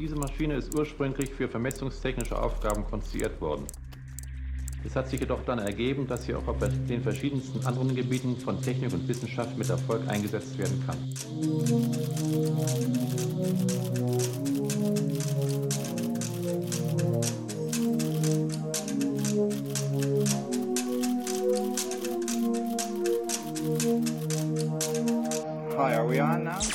Diese Maschine ist ursprünglich für vermessungstechnische Aufgaben konstruiert worden. Es hat sich jedoch dann ergeben, dass sie auch auf den verschiedensten anderen Gebieten von Technik und Wissenschaft mit Erfolg eingesetzt werden kann. Hi, are we on now?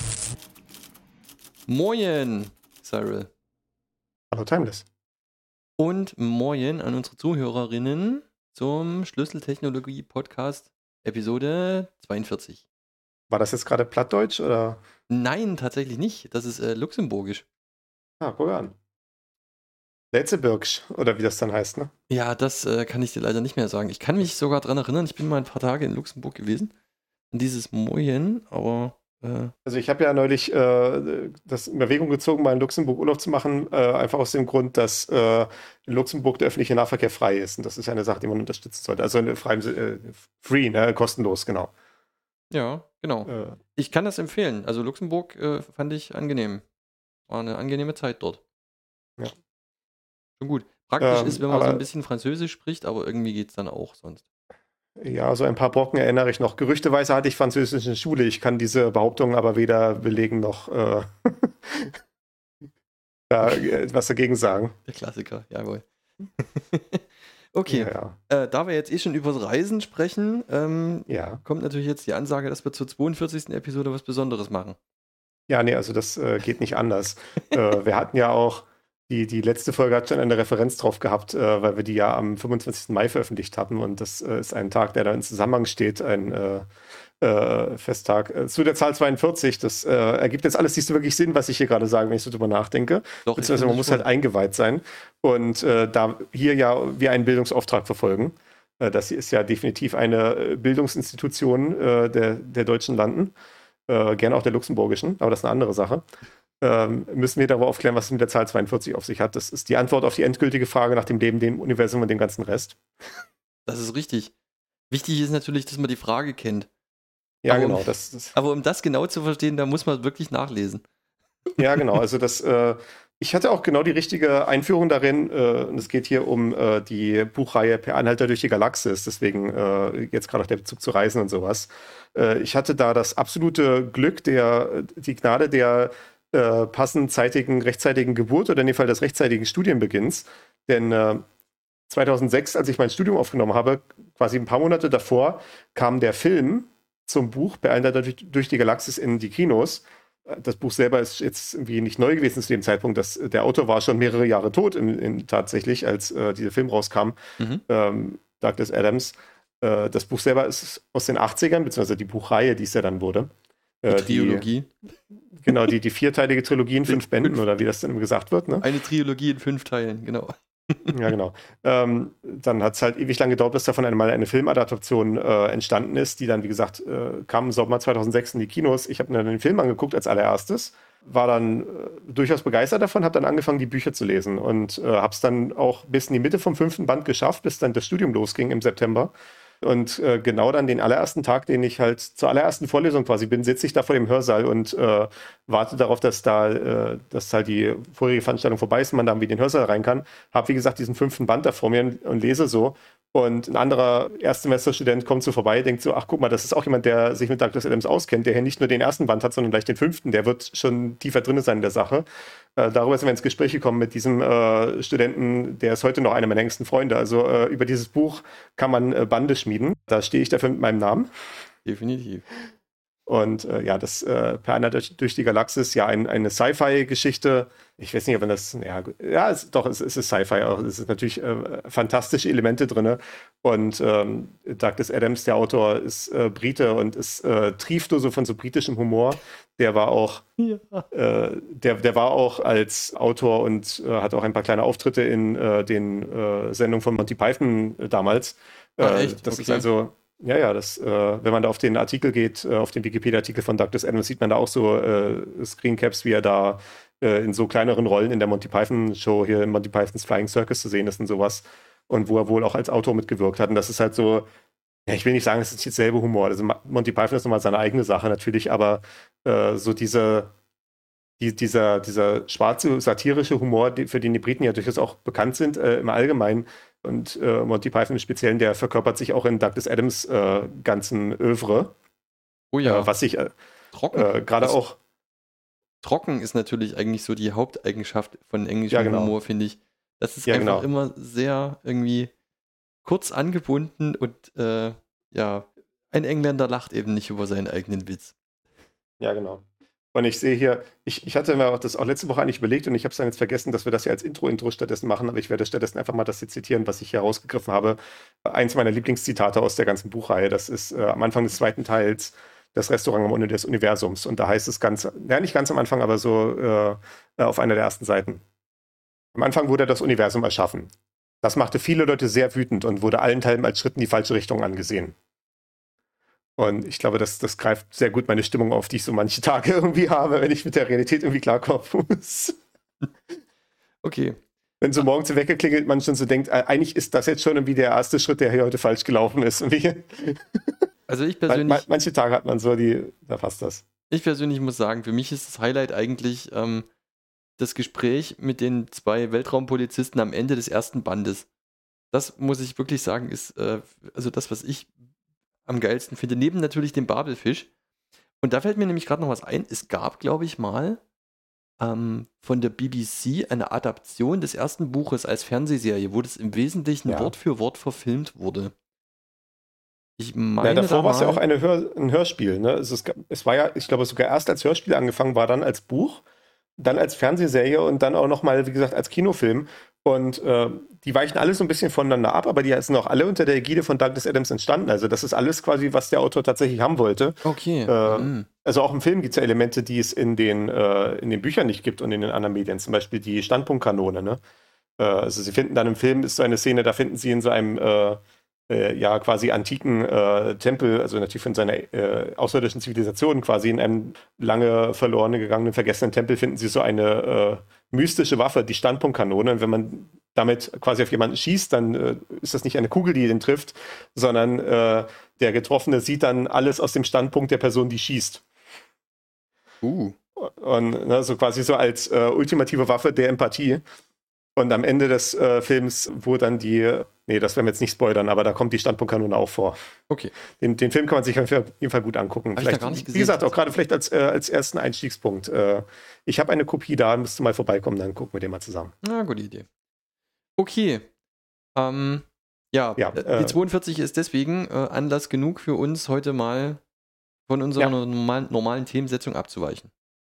Moin, Cyril. Hallo Timeless. Und moin an unsere Zuhörerinnen zum Schlüsseltechnologie-Podcast Episode 42. War das jetzt gerade Plattdeutsch oder? Nein, tatsächlich nicht. Das ist luxemburgisch. Ah, guck an. Letzeburgsch, oder wie das dann heißt, ne? Ja, das kann ich dir leider nicht mehr sagen. Ich kann mich sogar daran erinnern, ich bin mal ein paar Tage in Luxemburg gewesen. Und dieses Moin, aber... Also ich habe ja neulich das in Erwägung gezogen, mal in Luxemburg Urlaub zu machen, einfach aus dem Grund, dass in Luxemburg der öffentliche Nahverkehr frei ist. Und das ist ja eine Sache, die man unterstützen sollte. Also free, ne? Kostenlos, genau. Ja, genau. Ich kann das empfehlen. Also Luxemburg fand ich angenehm. War eine angenehme Zeit dort. Ja. Schon gut. Praktisch ist, wenn man so aber- ein bisschen Französisch spricht, aber irgendwie geht es dann auch sonst. Ja, so ein paar Brocken erinnere ich noch. Gerüchteweise hatte ich Französisch in der Schule. Ich kann diese Behauptung aber weder belegen noch was dagegen sagen. Der Klassiker, jawohl. Okay, Ja. da wir jetzt schon über das Reisen sprechen, Ja. kommt natürlich jetzt die Ansage, dass wir zur 42. Episode was Besonderes machen. Ja, nee, also das geht nicht anders. Wir hatten ja auch, die letzte Folge hat schon eine Referenz drauf gehabt, weil wir die ja am 25. Mai veröffentlicht hatten und das ist ein Tag, der da in Zusammenhang steht, ein Festtag. Zu der Zahl 42, das ergibt jetzt alles nicht so wirklich Sinn, was ich hier gerade sage, wenn ich so drüber nachdenke. Doch, Beziehungsweise man muss halt eingeweiht sein und da hier ja wir einen Bildungsauftrag verfolgen. Das hier ist ja definitiv eine Bildungsinstitution der deutschen Landen. Gerne auch der luxemburgischen, aber das ist eine andere Sache. Müssen wir darüber aufklären, was es mit der Zahl 42 auf sich hat. Das ist die Antwort auf die endgültige Frage nach dem Leben, dem Universum und dem ganzen Rest. Das ist richtig. Wichtig ist natürlich, dass man die Frage kennt. Ja, Aber genau. Aber um das genau zu verstehen, da muss man wirklich nachlesen. Ja, genau. Also ich hatte auch genau die richtige Einführung darin. Und es geht hier um die Buchreihe Per Anhalter durch die Galaxis. Deswegen jetzt gerade auch der Bezug zu Reisen und sowas. Ich hatte da das absolute Glück, die Gnade der passend rechtzeitigen Geburt oder in dem Fall des rechtzeitigen Studienbeginns. Denn 2006, als ich mein Studium aufgenommen habe, quasi ein paar Monate davor, kam der Film zum Buch Per Anhalter durch die Galaxis in die Kinos. Das Buch selber ist jetzt irgendwie nicht neu gewesen zu dem Zeitpunkt. Der Autor war schon mehrere Jahre tot tatsächlich, als dieser Film rauskam. Douglas Adams. Das Buch selber ist aus den 80ern, beziehungsweise die Buchreihe, die es ja dann wurde. Die Trilogie. Genau, die vierteilige Trilogie in 5 Bänden, oder wie das dann immer gesagt wird. Ne? Eine Trilogie in 5 Teilen, genau. Ja, genau. Dann hat es halt ewig lang gedauert, bis davon einmal eine Filmadaptation entstanden ist, die dann, wie gesagt, kam im Sommer 2006 in die Kinos. Ich habe mir dann den Film angeguckt als allererstes, war dann durchaus begeistert davon, habe dann angefangen, die Bücher zu lesen und habe es dann auch bis in die Mitte vom 5. Band geschafft, bis dann das Studium losging im September. Und genau dann den allerersten Tag, den ich halt zur allerersten Vorlesung quasi bin, sitze ich da vor dem Hörsaal und warte darauf, dass halt die vorherige Veranstaltung vorbei ist und man da wieder in den Hörsaal rein kann. Habe, wie gesagt, diesen 5. Band da vor mir und lese so. Und ein anderer Erstsemesterstudent kommt so vorbei, denkt so, ach guck mal, das ist auch jemand, der sich mit Douglas Adams auskennt, der hier nicht nur den ersten Band hat, sondern gleich den 5. Der wird schon tiefer drin sein in der Sache. Darüber sind wir ins Gespräch gekommen mit diesem Studenten, der ist heute noch einer meiner engsten Freunde. Also über dieses Buch kann man Bande schmieden. Da stehe ich dafür mit meinem Namen. Definitiv. Und das Per Anhalter durch die Galaxis, ja, eine Sci-Fi-Geschichte. Ich weiß nicht, ob man das, es ist Sci-Fi auch. Es ist natürlich fantastische Elemente drin. Und Douglas Adams, der Autor, ist Brite und ist trieft nur so von so britischem Humor. Der war auch, der war auch als Autor und hat auch ein paar kleine Auftritte in den Sendungen von Monty Python damals. Echt? Das Okay. ist also Ja, wenn man da auf den Artikel geht, auf den Wikipedia-Artikel von Douglas Adams, sieht man da auch so Screencaps, wie er da in so kleineren Rollen in der Monty Python-Show hier in Monty Pythons Flying Circus zu sehen ist und sowas. Und wo er wohl auch als Autor mitgewirkt hat. Und das ist halt so, ja, ich will nicht sagen, es ist jetzt selbe Humor. Also Monty Python ist nochmal seine eigene Sache natürlich, aber so diese dieser schwarze, satirische Humor, für den die Briten ja durchaus auch bekannt sind, im Allgemeinen, und Monty Python im Speziellen, der verkörpert sich auch in Douglas Adams ganzen Övre. Oh ja, Was ich trocken. gerade auch. Trocken ist natürlich eigentlich so die Haupteigenschaft von englischem genau. Humor, finde ich. Das ist Ja, einfach genau. immer sehr irgendwie kurz angebunden und ein Engländer lacht eben nicht über seinen eigenen Witz. Ja, genau. Und ich sehe hier, ich hatte mir auch das auch letzte Woche eigentlich überlegt und ich habe es dann jetzt vergessen, dass wir das ja als Intro stattdessen machen, aber ich werde stattdessen einfach mal das hier zitieren, was ich hier rausgegriffen habe. Eins meiner Lieblingszitate aus der ganzen Buchreihe, das ist am Anfang des zweiten Teils, das Restaurant am Ende des Universums. Und da heißt es nicht ganz am Anfang, aber so auf einer der ersten Seiten. Am Anfang wurde das Universum erschaffen. Das machte viele Leute sehr wütend und wurde allenthalben als Schritt in die falsche Richtung angesehen. Und ich glaube, das greift sehr gut meine Stimmung auf, die ich so manche Tage irgendwie habe, wenn ich mit der Realität irgendwie klarkommen muss. Okay. Wenn so morgens die Wecker klingelt, man schon so denkt, eigentlich ist das jetzt schon irgendwie der erste Schritt, der hier heute falsch gelaufen ist. Also ich persönlich... Manche Tage hat man so, da passt das. Ich persönlich muss sagen, für mich ist das Highlight eigentlich das Gespräch mit den 2 Weltraumpolizisten am Ende des ersten Bandes. Das muss ich wirklich sagen, ist also das, was ich am geilsten finde, neben natürlich dem Babelfisch. Und da fällt mir nämlich gerade noch was ein. Es gab, glaube ich, mal von der BBC eine Adaption des ersten Buches als Fernsehserie, wo das im Wesentlichen Wort für Wort verfilmt wurde. Ich meine, davor war es ja auch ein Hörspiel. Ne? Es war ja, ich glaube, sogar erst als Hörspiel angefangen, war dann als Buch, dann als Fernsehserie und dann auch nochmal, wie gesagt, als Kinofilm. Und die weichen alle so ein bisschen voneinander ab, aber die sind auch alle unter der Ägide von Douglas Adams entstanden. Also das ist alles quasi, was der Autor tatsächlich haben wollte. Okay. Also auch im Film gibt es ja Elemente, die es in den Büchern nicht gibt und in den anderen Medien. Zum Beispiel die Standpunktkanone. Ne? Also sie finden dann im Film, ist so eine Szene, da finden sie in so einem quasi antiken Tempel, also natürlich von seiner außerirdischen Zivilisation quasi in einem lange verloren gegangenen, vergessenen Tempel finden sie so eine mystische Waffe, die Standpunktkanone. Und wenn man damit quasi auf jemanden schießt, dann ist das nicht eine Kugel, die den trifft, sondern der Getroffene sieht dann alles aus dem Standpunkt der Person, die schießt. Und so quasi so als ultimative Waffe der Empathie. Und am Ende des Films, wo dann das werden wir jetzt nicht spoilern, aber da kommt die Standpunktkanone auch vor. Okay. Den Film kann man sich auf jeden Fall gut angucken. Hab ich da gar nicht gesehen. Wie gesagt, auch gerade vielleicht als ersten Einstiegspunkt. Ich habe eine Kopie da, müsst du mal vorbeikommen, dann gucken wir den mal zusammen. Na, gute Idee. Okay. Die 42 ist deswegen Anlass genug für uns, heute mal von unserer normalen Themensetzung abzuweichen.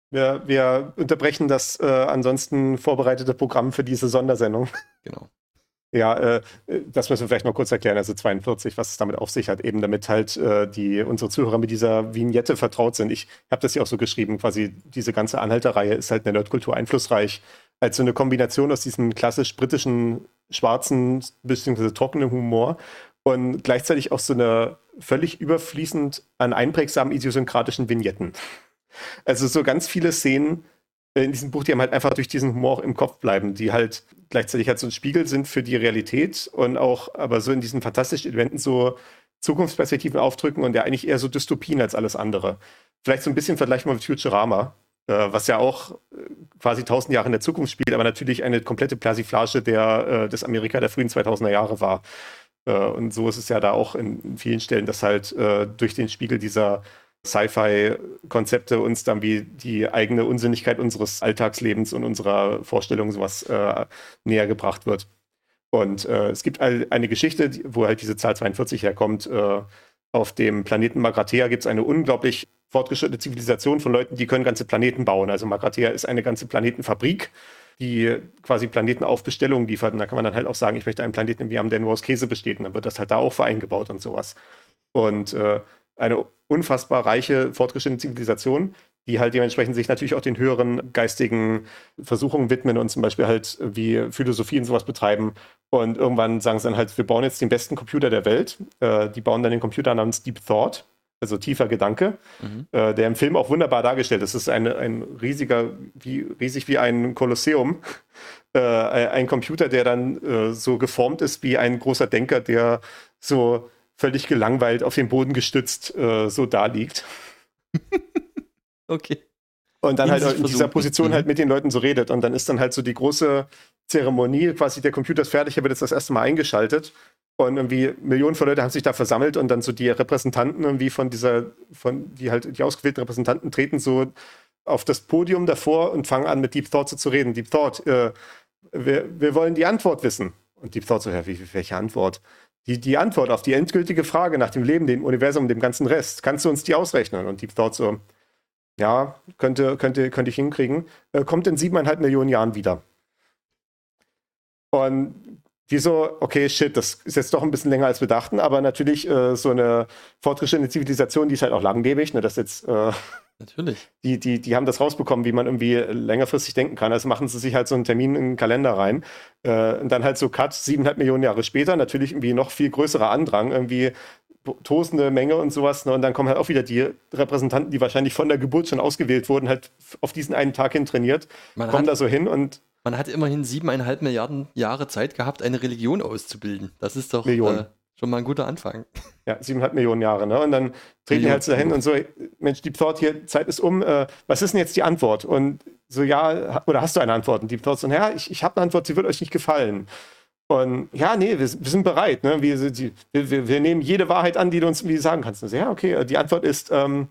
Wir unterbrechen das ansonsten vorbereitete Programm für diese Sondersendung. Genau. Ja, das müssen wir vielleicht noch kurz erklären, also 42, was es damit auf sich hat, eben damit halt unsere Zuhörer mit dieser Vignette vertraut sind. Ich habe das ja auch so geschrieben, quasi diese ganze Anhalterreihe ist halt in der Nerdkultur einflussreich, als so eine Kombination aus diesem klassisch britischen, schwarzen, bzw. trockenen Humor und gleichzeitig auch so eine völlig überfließend an einprägsamen idiosynkratischen Vignetten. Also so ganz viele Szenen in diesem Buch, die haben halt einfach durch diesen Humor auch im Kopf bleiben, die halt gleichzeitig halt so ein Spiegel sind für die Realität und auch aber so in diesen fantastischen Elementen so Zukunftsperspektiven aufdrücken und ja eigentlich eher so Dystopien als alles andere. Vielleicht so ein bisschen vergleichbar mit Futurama, was ja auch quasi 1000 Jahre in der Zukunft spielt, aber natürlich eine komplette Persiflage des Amerika der frühen 2000er Jahre war. Und so ist es ja da auch in vielen Stellen, dass halt durch den Spiegel dieser Sci-Fi-Konzepte uns dann wie die eigene Unsinnigkeit unseres Alltagslebens und unserer Vorstellung sowas näher gebracht wird. Und es gibt eine Geschichte, wo halt diese Zahl 42 herkommt. Auf dem Planeten Magrathea gibt es eine unglaublich fortgeschrittene Zivilisation von Leuten, die können ganze Planeten bauen. Also Magrathea ist eine ganze Planetenfabrik, die quasi Planeten auf Bestellung liefert. Und da kann man dann halt auch sagen, ich möchte einen Planeten, der nur aus Käse besteht. Und dann wird das halt da auch eingebaut und sowas. Und eine unfassbar reiche, fortgeschrittene Zivilisation, die halt dementsprechend sich natürlich auch den höheren geistigen Versuchungen widmen und zum Beispiel halt wie Philosophie und sowas betreiben. Und irgendwann sagen sie dann halt, wir bauen jetzt den besten Computer der Welt. Die bauen dann den Computer namens Deep Thought, also tiefer Gedanke, der im Film auch wunderbar dargestellt ist. Das ist ein riesig wie ein Kolosseum. Ein Computer, der dann so geformt ist wie ein großer Denker, der so völlig gelangweilt auf den Boden gestützt so da liegt. Okay. Und dann In halt sich in dieser versunken. Position Mhm. halt mit den Leuten so redet. Und dann ist dann halt so die große Zeremonie, quasi der Computer ist fertig, er wird jetzt das erste Mal eingeschaltet. Und irgendwie Millionen von Leuten haben sich da versammelt und dann so die Repräsentanten irgendwie die ausgewählten Repräsentanten treten so auf das Podium davor und fangen an, mit Deep Thought so zu reden. Deep Thought, wir wollen die Antwort wissen. Und Deep Thought so, ja, welche Antwort? Die Antwort auf die endgültige Frage nach dem Leben, dem Universum, dem ganzen Rest. Kannst du uns die ausrechnen? Und Deep Thought so, ja, könnte ich hinkriegen. Kommt in 7,5 Millionen Jahren wieder. Und die so, okay, shit, das ist jetzt doch ein bisschen länger als wir dachten, aber natürlich so eine fortgeschrittene Zivilisation, die ist halt auch langlebig, ne, das jetzt, Natürlich. die haben das rausbekommen, wie man irgendwie längerfristig denken kann. Also machen sie sich halt so einen Termin in den Kalender rein. Und dann halt so Cut, 7,5 Millionen Jahre später, natürlich irgendwie noch viel größerer Andrang, irgendwie tosende Menge und sowas. Ne? Und dann kommen halt auch wieder die Repräsentanten, die wahrscheinlich von der Geburt schon ausgewählt wurden, halt auf diesen einen Tag hin trainiert, kommen da so hin und Man hat immerhin 7,5 Milliarden Jahre Zeit gehabt, eine Religion auszubilden. Das ist doch schon mal ein guter Anfang. Ja, 7,5 Millionen Jahre, ne? Und dann treten die halt so dahin und so, Mensch, Deep Thought, hier, Zeit ist um, was ist denn jetzt die Antwort? Und so, ja, oder hast du eine Antwort? Und Deep Thought so, ja, ich habe eine Antwort, sie wird euch nicht gefallen. Und ja, nee, wir sind bereit, ne? Wir nehmen jede Wahrheit an, die du uns irgendwie sagen kannst. Und so, ja, okay, die Antwort ist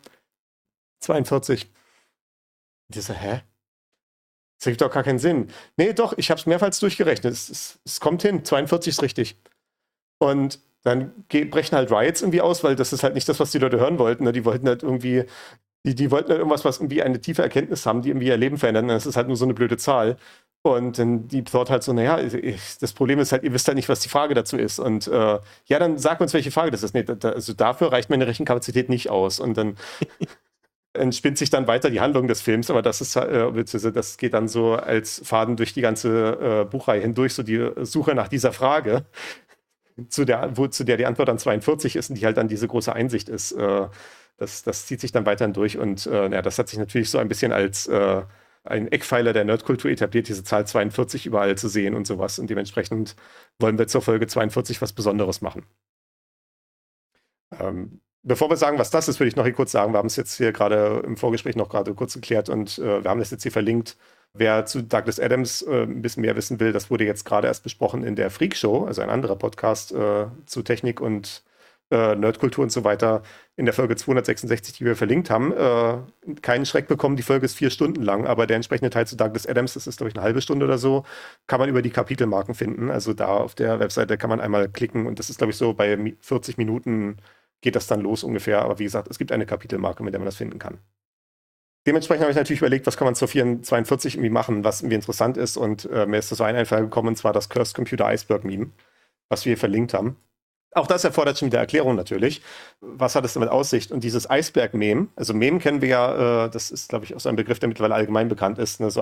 42. Und ich so, hä? Das ergibt doch gar keinen Sinn. Nee, doch, ich habe es mehrmals durchgerechnet. Es kommt hin, 42 ist richtig. Und dann brechen halt Riots irgendwie aus, weil das ist halt nicht das, was die Leute hören wollten. Ne? Die wollten halt irgendwie, die wollten halt irgendwas, was irgendwie eine tiefe Erkenntnis haben, die irgendwie ihr Leben verändern. Das ist halt nur so eine blöde Zahl. Und dann Deep Thought halt so, naja, das Problem ist halt, ihr wisst halt nicht, was die Frage dazu ist. Und ja, dann sag uns, welche Frage das ist. Nee, also dafür reicht meine Rechenkapazität nicht aus. Und dann entspinnt sich dann weiter die Handlung des Films, aber das ist das geht dann so als Faden durch die ganze Buchreihe hindurch, so die Suche nach dieser Frage, zu der die Antwort dann 42 ist und die halt dann diese große Einsicht ist. Das zieht sich dann weiterhin durch und ja, das hat sich natürlich so ein bisschen als ein Eckpfeiler der Nerdkultur etabliert, diese Zahl 42 überall zu sehen und sowas. Und dementsprechend wollen wir zur Folge 42 was Besonderes machen. Bevor wir sagen, was das ist, würde ich noch hier kurz sagen, wir haben es jetzt hier gerade im Vorgespräch noch gerade kurz geklärt und wir haben das jetzt hier verlinkt. Wer zu Douglas Adams ein bisschen mehr wissen will, das wurde jetzt gerade erst besprochen in der Freak Show, also ein anderer Podcast zu Technik und Nerdkultur und so weiter, in der Folge 266, die wir verlinkt haben. Keinen Schreck bekommen, die Folge ist 4 Stunden lang, aber der entsprechende Teil zu Douglas Adams, das ist, glaube ich, eine halbe Stunde oder so, kann man über die Kapitelmarken finden. Also da auf der Webseite kann man einmal klicken und das ist, glaube ich, so bei 40 Minuten geht das dann los ungefähr. Aber wie gesagt, es gibt eine Kapitelmarke, mit der man das finden kann. Dementsprechend habe ich natürlich überlegt, was kann man zur 42 irgendwie machen, was irgendwie interessant ist. Und mir ist da so ein Einfall gekommen, und zwar das Cursed Computer Iceberg Meme, was wir hier verlinkt haben. Auch das erfordert schon wieder Erklärung natürlich. Was hat es damit Aussicht? Und dieses Eisberg-Meme, also Meme kennen wir ja, das ist, glaube ich, auch so ein Begriff, der mittlerweile allgemein bekannt ist, ne?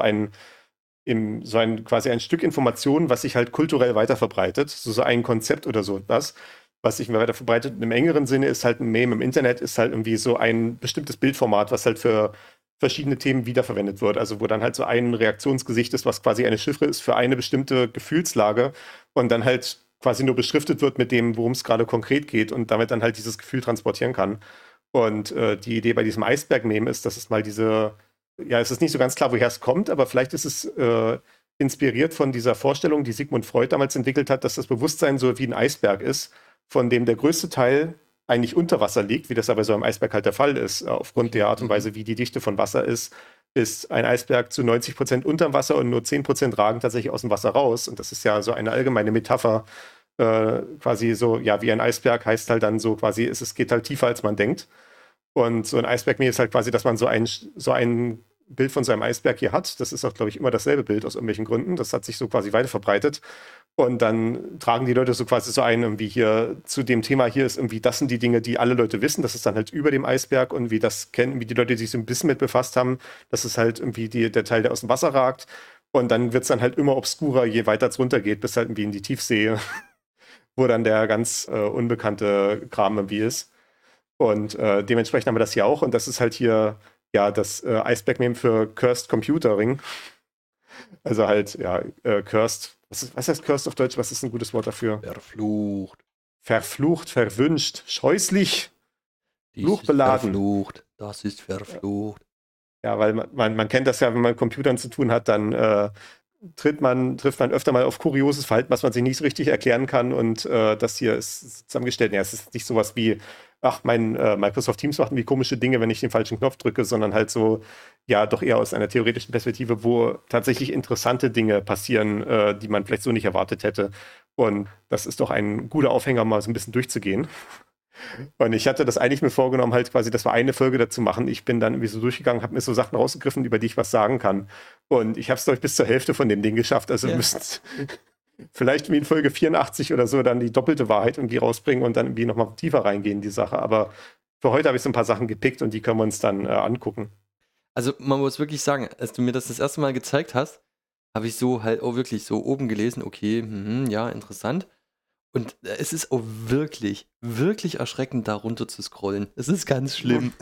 Quasi ein Stück Information, was sich halt kulturell weiterverbreitet, so ein Konzept oder so etwas, was sich weiter verbreitet. Im engeren Sinne ist halt ein Meme im Internet, ist halt irgendwie so ein bestimmtes Bildformat, was halt für verschiedene Themen wiederverwendet wird. Also wo dann halt so ein Reaktionsgesicht ist, was quasi eine Chiffre ist für eine bestimmte Gefühlslage und dann halt quasi nur beschriftet wird mit dem, worum es gerade konkret geht und damit dann halt dieses Gefühl transportieren kann. Und die Idee bei diesem Eisberg-Meme ist, dass es mal es ist nicht so ganz klar, woher es kommt, aber vielleicht ist es inspiriert von dieser Vorstellung, die Sigmund Freud damals entwickelt hat, dass das Bewusstsein so wie ein Eisberg ist, von dem der größte Teil eigentlich unter Wasser liegt, wie das aber so im Eisberg halt der Fall ist. Aufgrund der Art und Weise, wie die Dichte von Wasser ist ein Eisberg zu 90% unterm Wasser und nur 10% ragen tatsächlich aus dem Wasser raus. Und das ist ja so eine allgemeine Metapher, quasi so, ja, wie ein Eisberg heißt halt dann so quasi, es geht halt tiefer, als man denkt. Und so ein Eisberg-Meme ist halt quasi, dass man so ein Bild von so einem Eisberg hier hat. Das ist auch, glaube ich, immer dasselbe Bild aus irgendwelchen Gründen. Das hat sich so quasi weiter verbreitet. Und dann tragen die Leute so quasi so ein, irgendwie hier zu dem Thema hier ist irgendwie, das sind die Dinge, die alle Leute wissen. Das ist dann halt über dem Eisberg und wie das kennen, wie die Leute, die sich so ein bisschen mit befasst haben. Das ist halt irgendwie der Teil, der aus dem Wasser ragt. Und dann wird es dann halt immer obskurer, je weiter es runtergeht, bis halt irgendwie in die Tiefsee, wo dann der ganz unbekannte Kram irgendwie ist. Und dementsprechend haben wir das hier auch. Und das ist halt hier ja das Eisberg-Meme für Cursed Computering. Also halt, ja, Cursed. Was heißt Cursed auf Deutsch? Was ist ein gutes Wort dafür? Verflucht. Verflucht, verwünscht, scheußlich, Dies fluchbeladen. ist verflucht. Das ist verflucht. Ja, weil man kennt das ja, wenn man mit Computern zu tun hat, dann trifft man öfter mal auf kurioses Verhalten, was man sich nicht so richtig erklären kann. Und das hier ist zusammengestellt. Ja, es ist nicht sowas wie, ach, mein Microsoft Teams macht irgendwie komische Dinge, wenn ich den falschen Knopf drücke, sondern halt so, ja, doch eher aus einer theoretischen Perspektive, wo tatsächlich interessante Dinge passieren, die man vielleicht so nicht erwartet hätte. Und das ist doch ein guter Aufhänger, mal so ein bisschen durchzugehen. Und ich hatte das eigentlich mir vorgenommen, halt quasi, dass wir eine Folge dazu machen. Ich bin dann irgendwie so durchgegangen, habe mir so Sachen rausgegriffen, über die ich was sagen kann. Und ich habe es, glaube ich, bis zur Hälfte von dem Ding geschafft. Also wir müssen vielleicht wie in Folge 84 oder so dann die doppelte Wahrheit irgendwie rausbringen und dann irgendwie nochmal tiefer reingehen in die Sache. Aber für heute habe ich so ein paar Sachen gepickt und die können wir uns dann angucken. Also man muss wirklich sagen, als du mir das erste Mal gezeigt hast, habe ich so halt auch wirklich so oben gelesen, okay, ja, interessant. Und es ist auch wirklich, wirklich erschreckend, da runter zu scrollen. Es ist ganz schlimm.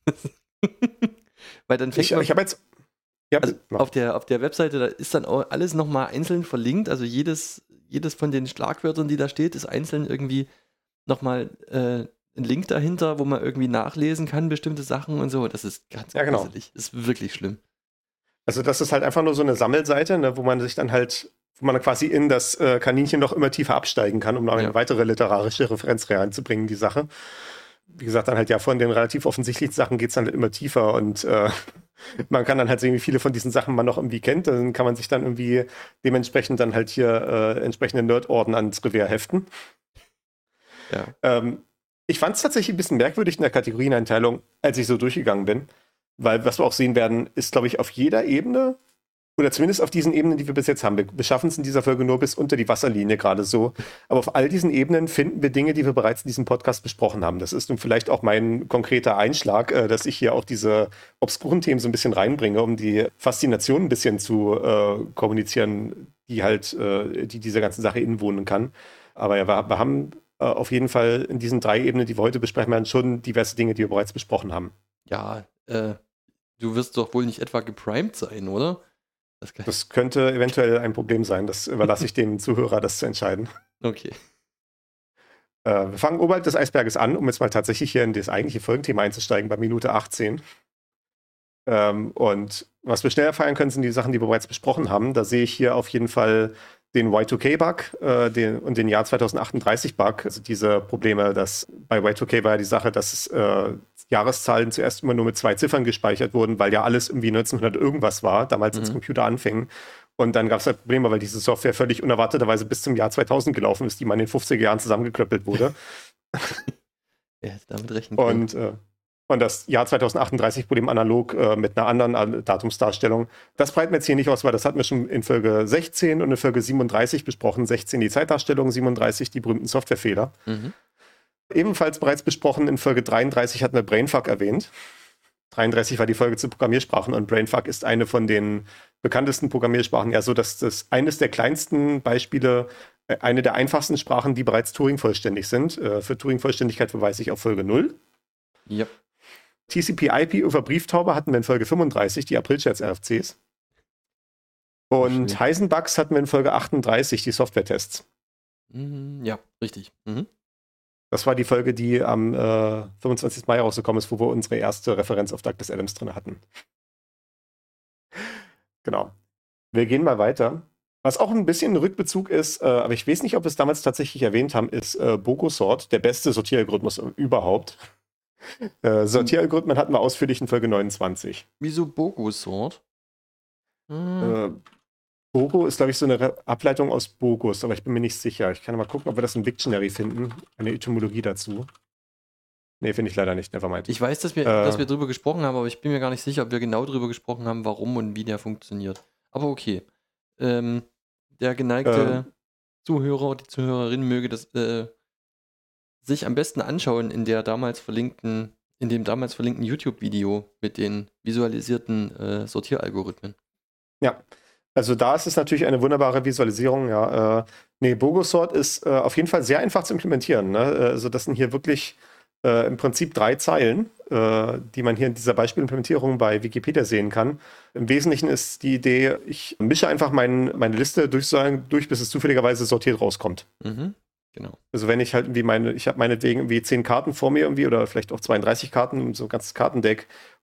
Weil dann fängt man... Ich habe jetzt... Ja, also auf der Webseite, da ist dann auch alles nochmal einzeln verlinkt. Also jedes von den Schlagwörtern, die da steht, ist einzeln irgendwie nochmal ein Link dahinter, wo man irgendwie nachlesen kann, bestimmte Sachen und so. Das ist ganz gruselig. Das ist wirklich schlimm. Also das ist halt einfach nur so eine Sammelseite, ne, wo man sich dann halt, wo man quasi in das Kaninchen noch immer tiefer absteigen kann, um noch eine weitere literarische Referenz reinzubringen, die Sache. Wie gesagt, dann halt ja von den relativ offensichtlichen Sachen geht es dann halt immer tiefer und man kann dann halt sehen, wie viele von diesen Sachen man noch irgendwie kennt. Dann kann man sich dann irgendwie dementsprechend dann halt hier entsprechende Nerdorden ans Revier heften. Ja. Ich fand es tatsächlich ein bisschen merkwürdig in der Kategorieneinteilung, als ich so durchgegangen bin. Weil, was wir auch sehen werden, ist, glaube ich, auf jeder Ebene, oder zumindest auf diesen Ebenen, die wir bis jetzt haben, wir schaffen es in dieser Folge nur bis unter die Wasserlinie gerade so, aber auf all diesen Ebenen finden wir Dinge, die wir bereits in diesem Podcast besprochen haben. Das ist nun vielleicht auch mein konkreter Einschlag, dass ich hier auch diese obskuren Themen so ein bisschen reinbringe, um die Faszination ein bisschen zu kommunizieren, die halt, die dieser ganzen Sache inwohnen kann. Aber ja, wir haben auf jeden Fall in diesen 3 Ebenen, die wir heute besprechen werden, schon diverse Dinge, die wir bereits besprochen haben. Ja, du wirst doch wohl nicht etwa geprimed sein, oder? Das könnte eventuell ein Problem sein. Das überlasse ich dem Zuhörer, das zu entscheiden. Okay. Wir fangen oberhalb des Eisberges an, um jetzt mal tatsächlich hier in das eigentliche Folgenthema einzusteigen, bei Minute 18. Und was wir schneller feiern können, sind die Sachen, die wir bereits besprochen haben. Da sehe ich hier auf jeden Fall den Y2K-Bug und den Jahr 2038-Bug. Also diese Probleme, dass bei Y2K war ja die Sache, dass Jahreszahlen zuerst immer nur mit 2 Ziffern gespeichert wurden, weil ja alles irgendwie 1900 irgendwas war, damals als Computer anfing. Und dann gab es halt Probleme, weil diese Software völlig unerwarteterweise bis zum Jahr 2000 gelaufen ist, die man in den 50er Jahren zusammengeklöppelt wurde. Ja, damit rechnen können. Und das Jahr 2038 Problem analog mit einer anderen Datumsdarstellung. Das breiten wir jetzt hier nicht aus, weil das hatten wir schon in Folge 16 und in Folge 37 besprochen. 16 die Zeitdarstellung, 37 die berühmten Softwarefehler. Ebenfalls bereits besprochen in Folge 33 hatten wir Brainfuck erwähnt. 33 war die Folge zu Programmiersprachen und Brainfuck ist eine von den bekanntesten Programmiersprachen. Ja, so dass das eines der kleinsten Beispiele, eine der einfachsten Sprachen, die bereits Turing-vollständig sind. Für Turing-Vollständigkeit verweise ich auf Folge 0. Ja. TCP/IP über Brieftaube hatten wir in Folge 35, die Aprilscherz-RFCs. Und Heisenbugs hatten wir in Folge 38, die Software-Tests. Ja, richtig. Das war die Folge, die am 25. Mai rausgekommen ist, wo wir unsere erste Referenz auf Douglas Adams drin hatten. Genau. Wir gehen mal weiter. Was auch ein bisschen ein Rückbezug ist, aber ich weiß nicht, ob wir es damals tatsächlich erwähnt haben, ist Bogosort, der beste Sortieralgorithmus überhaupt. Sortieralgorithmen hatten wir ausführlich in Folge 29. Wieso Bogosort? Bogo ist, glaube ich, so eine Ableitung aus Bogus, aber ich bin mir nicht sicher. Ich kann mal gucken, ob wir das im Dictionary finden. Eine Etymologie dazu. Nee, finde ich leider nicht. Nevermind. Ich weiß, dass wir drüber gesprochen haben, aber ich bin mir gar nicht sicher, ob wir genau drüber gesprochen haben, warum und wie der funktioniert. Aber okay. Der geneigte Zuhörer oder die Zuhörerin möge das sich am besten anschauen in dem damals verlinkten YouTube-Video mit den visualisierten Sortieralgorithmen. Ja, also da ist es natürlich eine wunderbare Visualisierung. Ja, Bogosort ist auf jeden Fall sehr einfach zu implementieren. Ne? Also das sind hier wirklich im Prinzip 3 Zeilen, die man hier in dieser Beispielimplementierung bei Wikipedia sehen kann. Im Wesentlichen ist die Idee, ich mische einfach meine Liste durch, bis es zufälligerweise sortiert rauskommt. Genau. Also wenn ich halt irgendwie ich habe meinetwegen irgendwie 10 Karten vor mir irgendwie oder vielleicht auch 32 Karten, so ein ganzes Kartendeck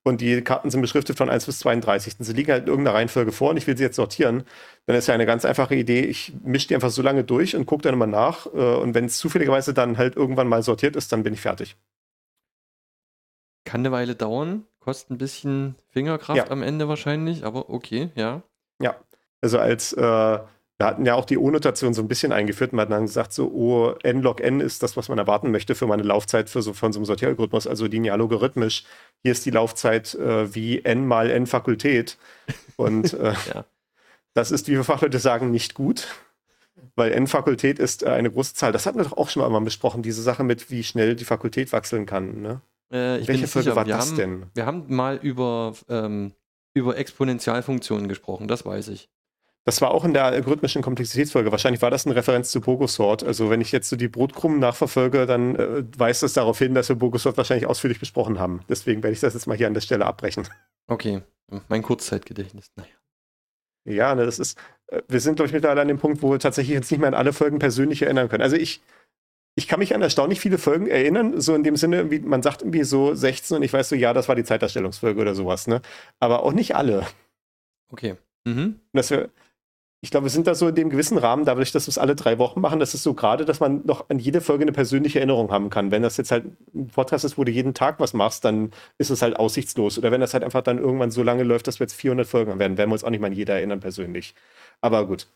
und die Karten sind beschriftet von 1 bis 32. Sie liegen halt in irgendeiner Reihenfolge vor und ich will sie jetzt sortieren, dann ist ja eine ganz einfache Idee, ich mische die einfach so lange durch und gucke dann immer nach und wenn es zufälligerweise dann halt irgendwann mal sortiert ist, dann bin ich fertig. Kann eine Weile dauern, kostet ein bisschen Fingerkraft am Ende wahrscheinlich, aber okay, ja. Ja, also wir hatten ja auch die O-Notation so ein bisschen eingeführt. Man hat dann gesagt, so n log n ist das, was man erwarten möchte für meine Laufzeit von so einem Sortieralgorithmus, also linear logarithmisch. Hier ist die Laufzeit wie n mal n Fakultät. Und das ist, wie wir Fachleute sagen, nicht gut, weil n Fakultät ist eine große Zahl. Das hatten wir doch auch schon mal besprochen, diese Sache mit, wie schnell die Fakultät wachsen kann. Ne? Welche Folge war das denn? Wir haben mal über Exponentialfunktionen gesprochen, das weiß ich. Das war auch in der algorithmischen Komplexitätsfolge. Wahrscheinlich war das eine Referenz zu Bogosort. Also wenn ich jetzt so die Brotkrumen nachverfolge, dann weist das darauf hin, dass wir Bogosort wahrscheinlich ausführlich besprochen haben. Deswegen werde ich das jetzt mal hier an der Stelle abbrechen. Okay, mein Kurzzeitgedächtnis. Naja. Ja, ne, das ist, wir sind, glaube ich, mittlerweile an dem Punkt, wo wir tatsächlich jetzt nicht mehr an alle Folgen persönlich erinnern können. Also ich kann mich an erstaunlich viele Folgen erinnern, so in dem Sinne, irgendwie, man sagt irgendwie so 16 und ich weiß so, ja, das war die Zeitdarstellungsfolge oder sowas, ne? Aber auch nicht alle. Okay. Mhm. Ich glaube, wir sind da so in dem gewissen Rahmen, dadurch, dass wir es alle 3 Wochen machen, das ist so gerade, dass man noch an jede Folge eine persönliche Erinnerung haben kann. Wenn das jetzt halt ein Podcast ist, wo du jeden Tag was machst, dann ist es halt aussichtslos. Oder wenn das halt einfach dann irgendwann so lange läuft, dass wir jetzt 400 Folgen haben werden wir uns auch nicht mal an jeder erinnern persönlich. Aber gut.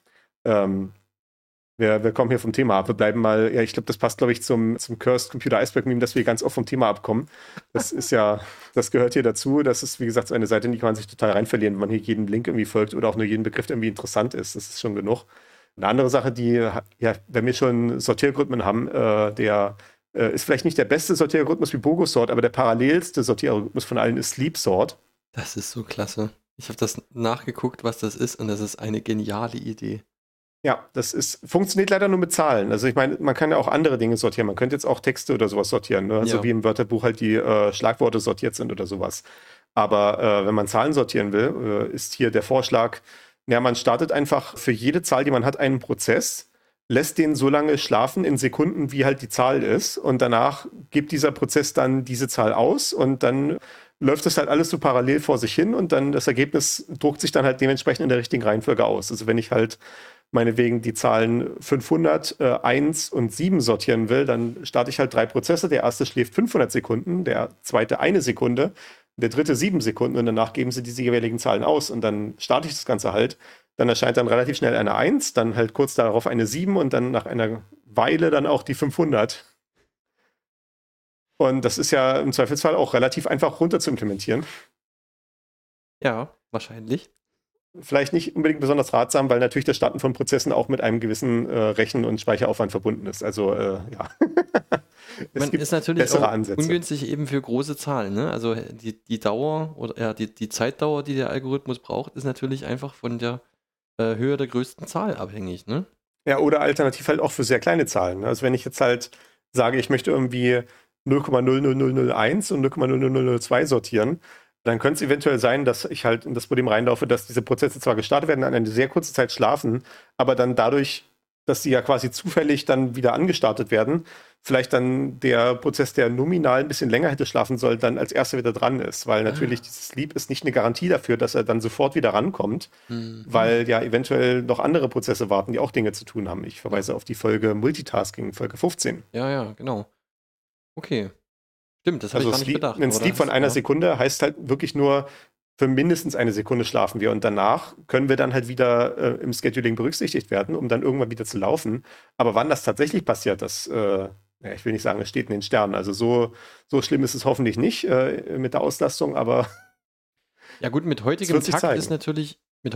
Wir kommen hier vom Thema ab. Wir bleiben mal, ja, ich glaube, das passt, glaube ich, zum Cursed Computer Iceberg Meme, dass wir ganz oft vom Thema abkommen. Das ist ja, das gehört hier dazu. Das ist, wie gesagt, so eine Seite, in die kann man sich total reinverlieren, wenn man hier jeden Link irgendwie folgt oder auch nur jeden Begriff, der irgendwie interessant ist. Das ist schon genug. Eine andere Sache, die, ja, wenn wir schon Sortieralgorithmen haben, der ist vielleicht nicht der beste Sortieralgorithmus wie Bogosort, aber der parallelste Sortieralgorithmus von allen ist Sleepsort. Das ist so klasse. Ich habe das nachgeguckt, was das ist, und das ist eine geniale Idee. Ja, funktioniert leider nur mit Zahlen. Also ich meine, man kann ja auch andere Dinge sortieren. Man könnte jetzt auch Texte oder sowas sortieren, ne? So wie im Wörterbuch halt die Schlagworte sortiert sind oder sowas. Aber wenn man Zahlen sortieren will, ist hier der Vorschlag, man startet einfach für jede Zahl, die man hat, einen Prozess, lässt den so lange schlafen in Sekunden, wie halt die Zahl ist, und danach gibt dieser Prozess dann diese Zahl aus und dann läuft das halt alles so parallel vor sich hin und dann das Ergebnis druckt sich dann halt dementsprechend in der richtigen Reihenfolge aus. Also wenn ich halt meinetwegen die Zahlen 500, 1 und 7 sortieren will, dann starte ich halt 3 Prozesse. Der erste schläft 500 Sekunden, der zweite 1 Sekunde, der dritte 7 Sekunden und danach geben sie diese jeweiligen Zahlen aus und dann starte ich das Ganze halt. Dann erscheint dann relativ schnell eine 1, dann halt kurz darauf eine 7 und dann nach einer Weile dann auch die 500. Und das ist ja im Zweifelsfall auch relativ einfach runter zu implementieren. Ja, wahrscheinlich. Vielleicht nicht unbedingt besonders ratsam, weil natürlich das Starten von Prozessen auch mit einem gewissen Rechen- und Speicheraufwand verbunden ist. Also, ja. Man ist natürlich bessere auch Ansätze. Ungünstig eben für große Zahlen. Ne? Also die Dauer oder die Zeitdauer, die der Algorithmus braucht, ist natürlich einfach von der Höhe der größten Zahl abhängig. Ne? Ja, oder alternativ halt auch für sehr kleine Zahlen. Also wenn ich jetzt halt sage, ich möchte irgendwie 0,00001 und 0,00002 sortieren, dann könnte es eventuell sein, dass ich halt in das Problem reinlaufe, dass diese Prozesse zwar gestartet werden, an eine sehr kurze Zeit schlafen, aber dann dadurch, dass sie ja quasi zufällig dann wieder angestartet werden, vielleicht dann der Prozess, der nominal ein bisschen länger hätte schlafen sollen, dann als erster wieder dran ist, weil natürlich dieses Sleep ist nicht eine Garantie dafür, dass er dann sofort wieder rankommt, weil ja eventuell noch andere Prozesse warten, die auch Dinge zu tun haben. Ich verweise auf die Folge Multitasking, Folge 15. Ja, genau. Okay. Stimmt, das habe ich gar nicht bedacht. Ein Sleep von einer Sekunde heißt halt wirklich nur, für mindestens eine Sekunde schlafen wir und danach können wir dann halt wieder im Scheduling berücksichtigt werden, um dann irgendwann wieder zu laufen. Aber wann das tatsächlich passiert, das, ich will nicht sagen, es steht in den Sternen. Also so schlimm ist es hoffentlich nicht mit der Auslastung, aber ja gut, mit heutigem Takt ist natürlich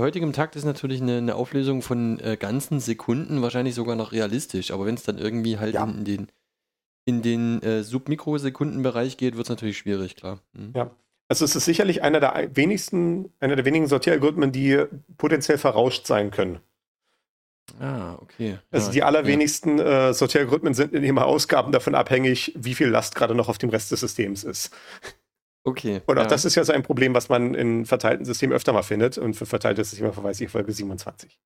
eine Auflösung von ganzen Sekunden wahrscheinlich sogar noch realistisch. Aber wenn es dann irgendwie halt in den Submikrosekundenbereich geht, wird es natürlich schwierig, klar. Ja. Also es ist sicherlich einer der wenigen Sortieralgorithmen, die potenziell verrauscht sein können. Ah, okay. Also die allerwenigsten Sortieralgorithmen sind in ihren Ausgaben davon abhängig, wie viel Last gerade noch auf dem Rest des Systems ist. Okay. Und auch das ist ja so ein Problem, was man in verteilten Systemen öfter mal findet. Und für verteilte Systeme verweise ich Folge 27.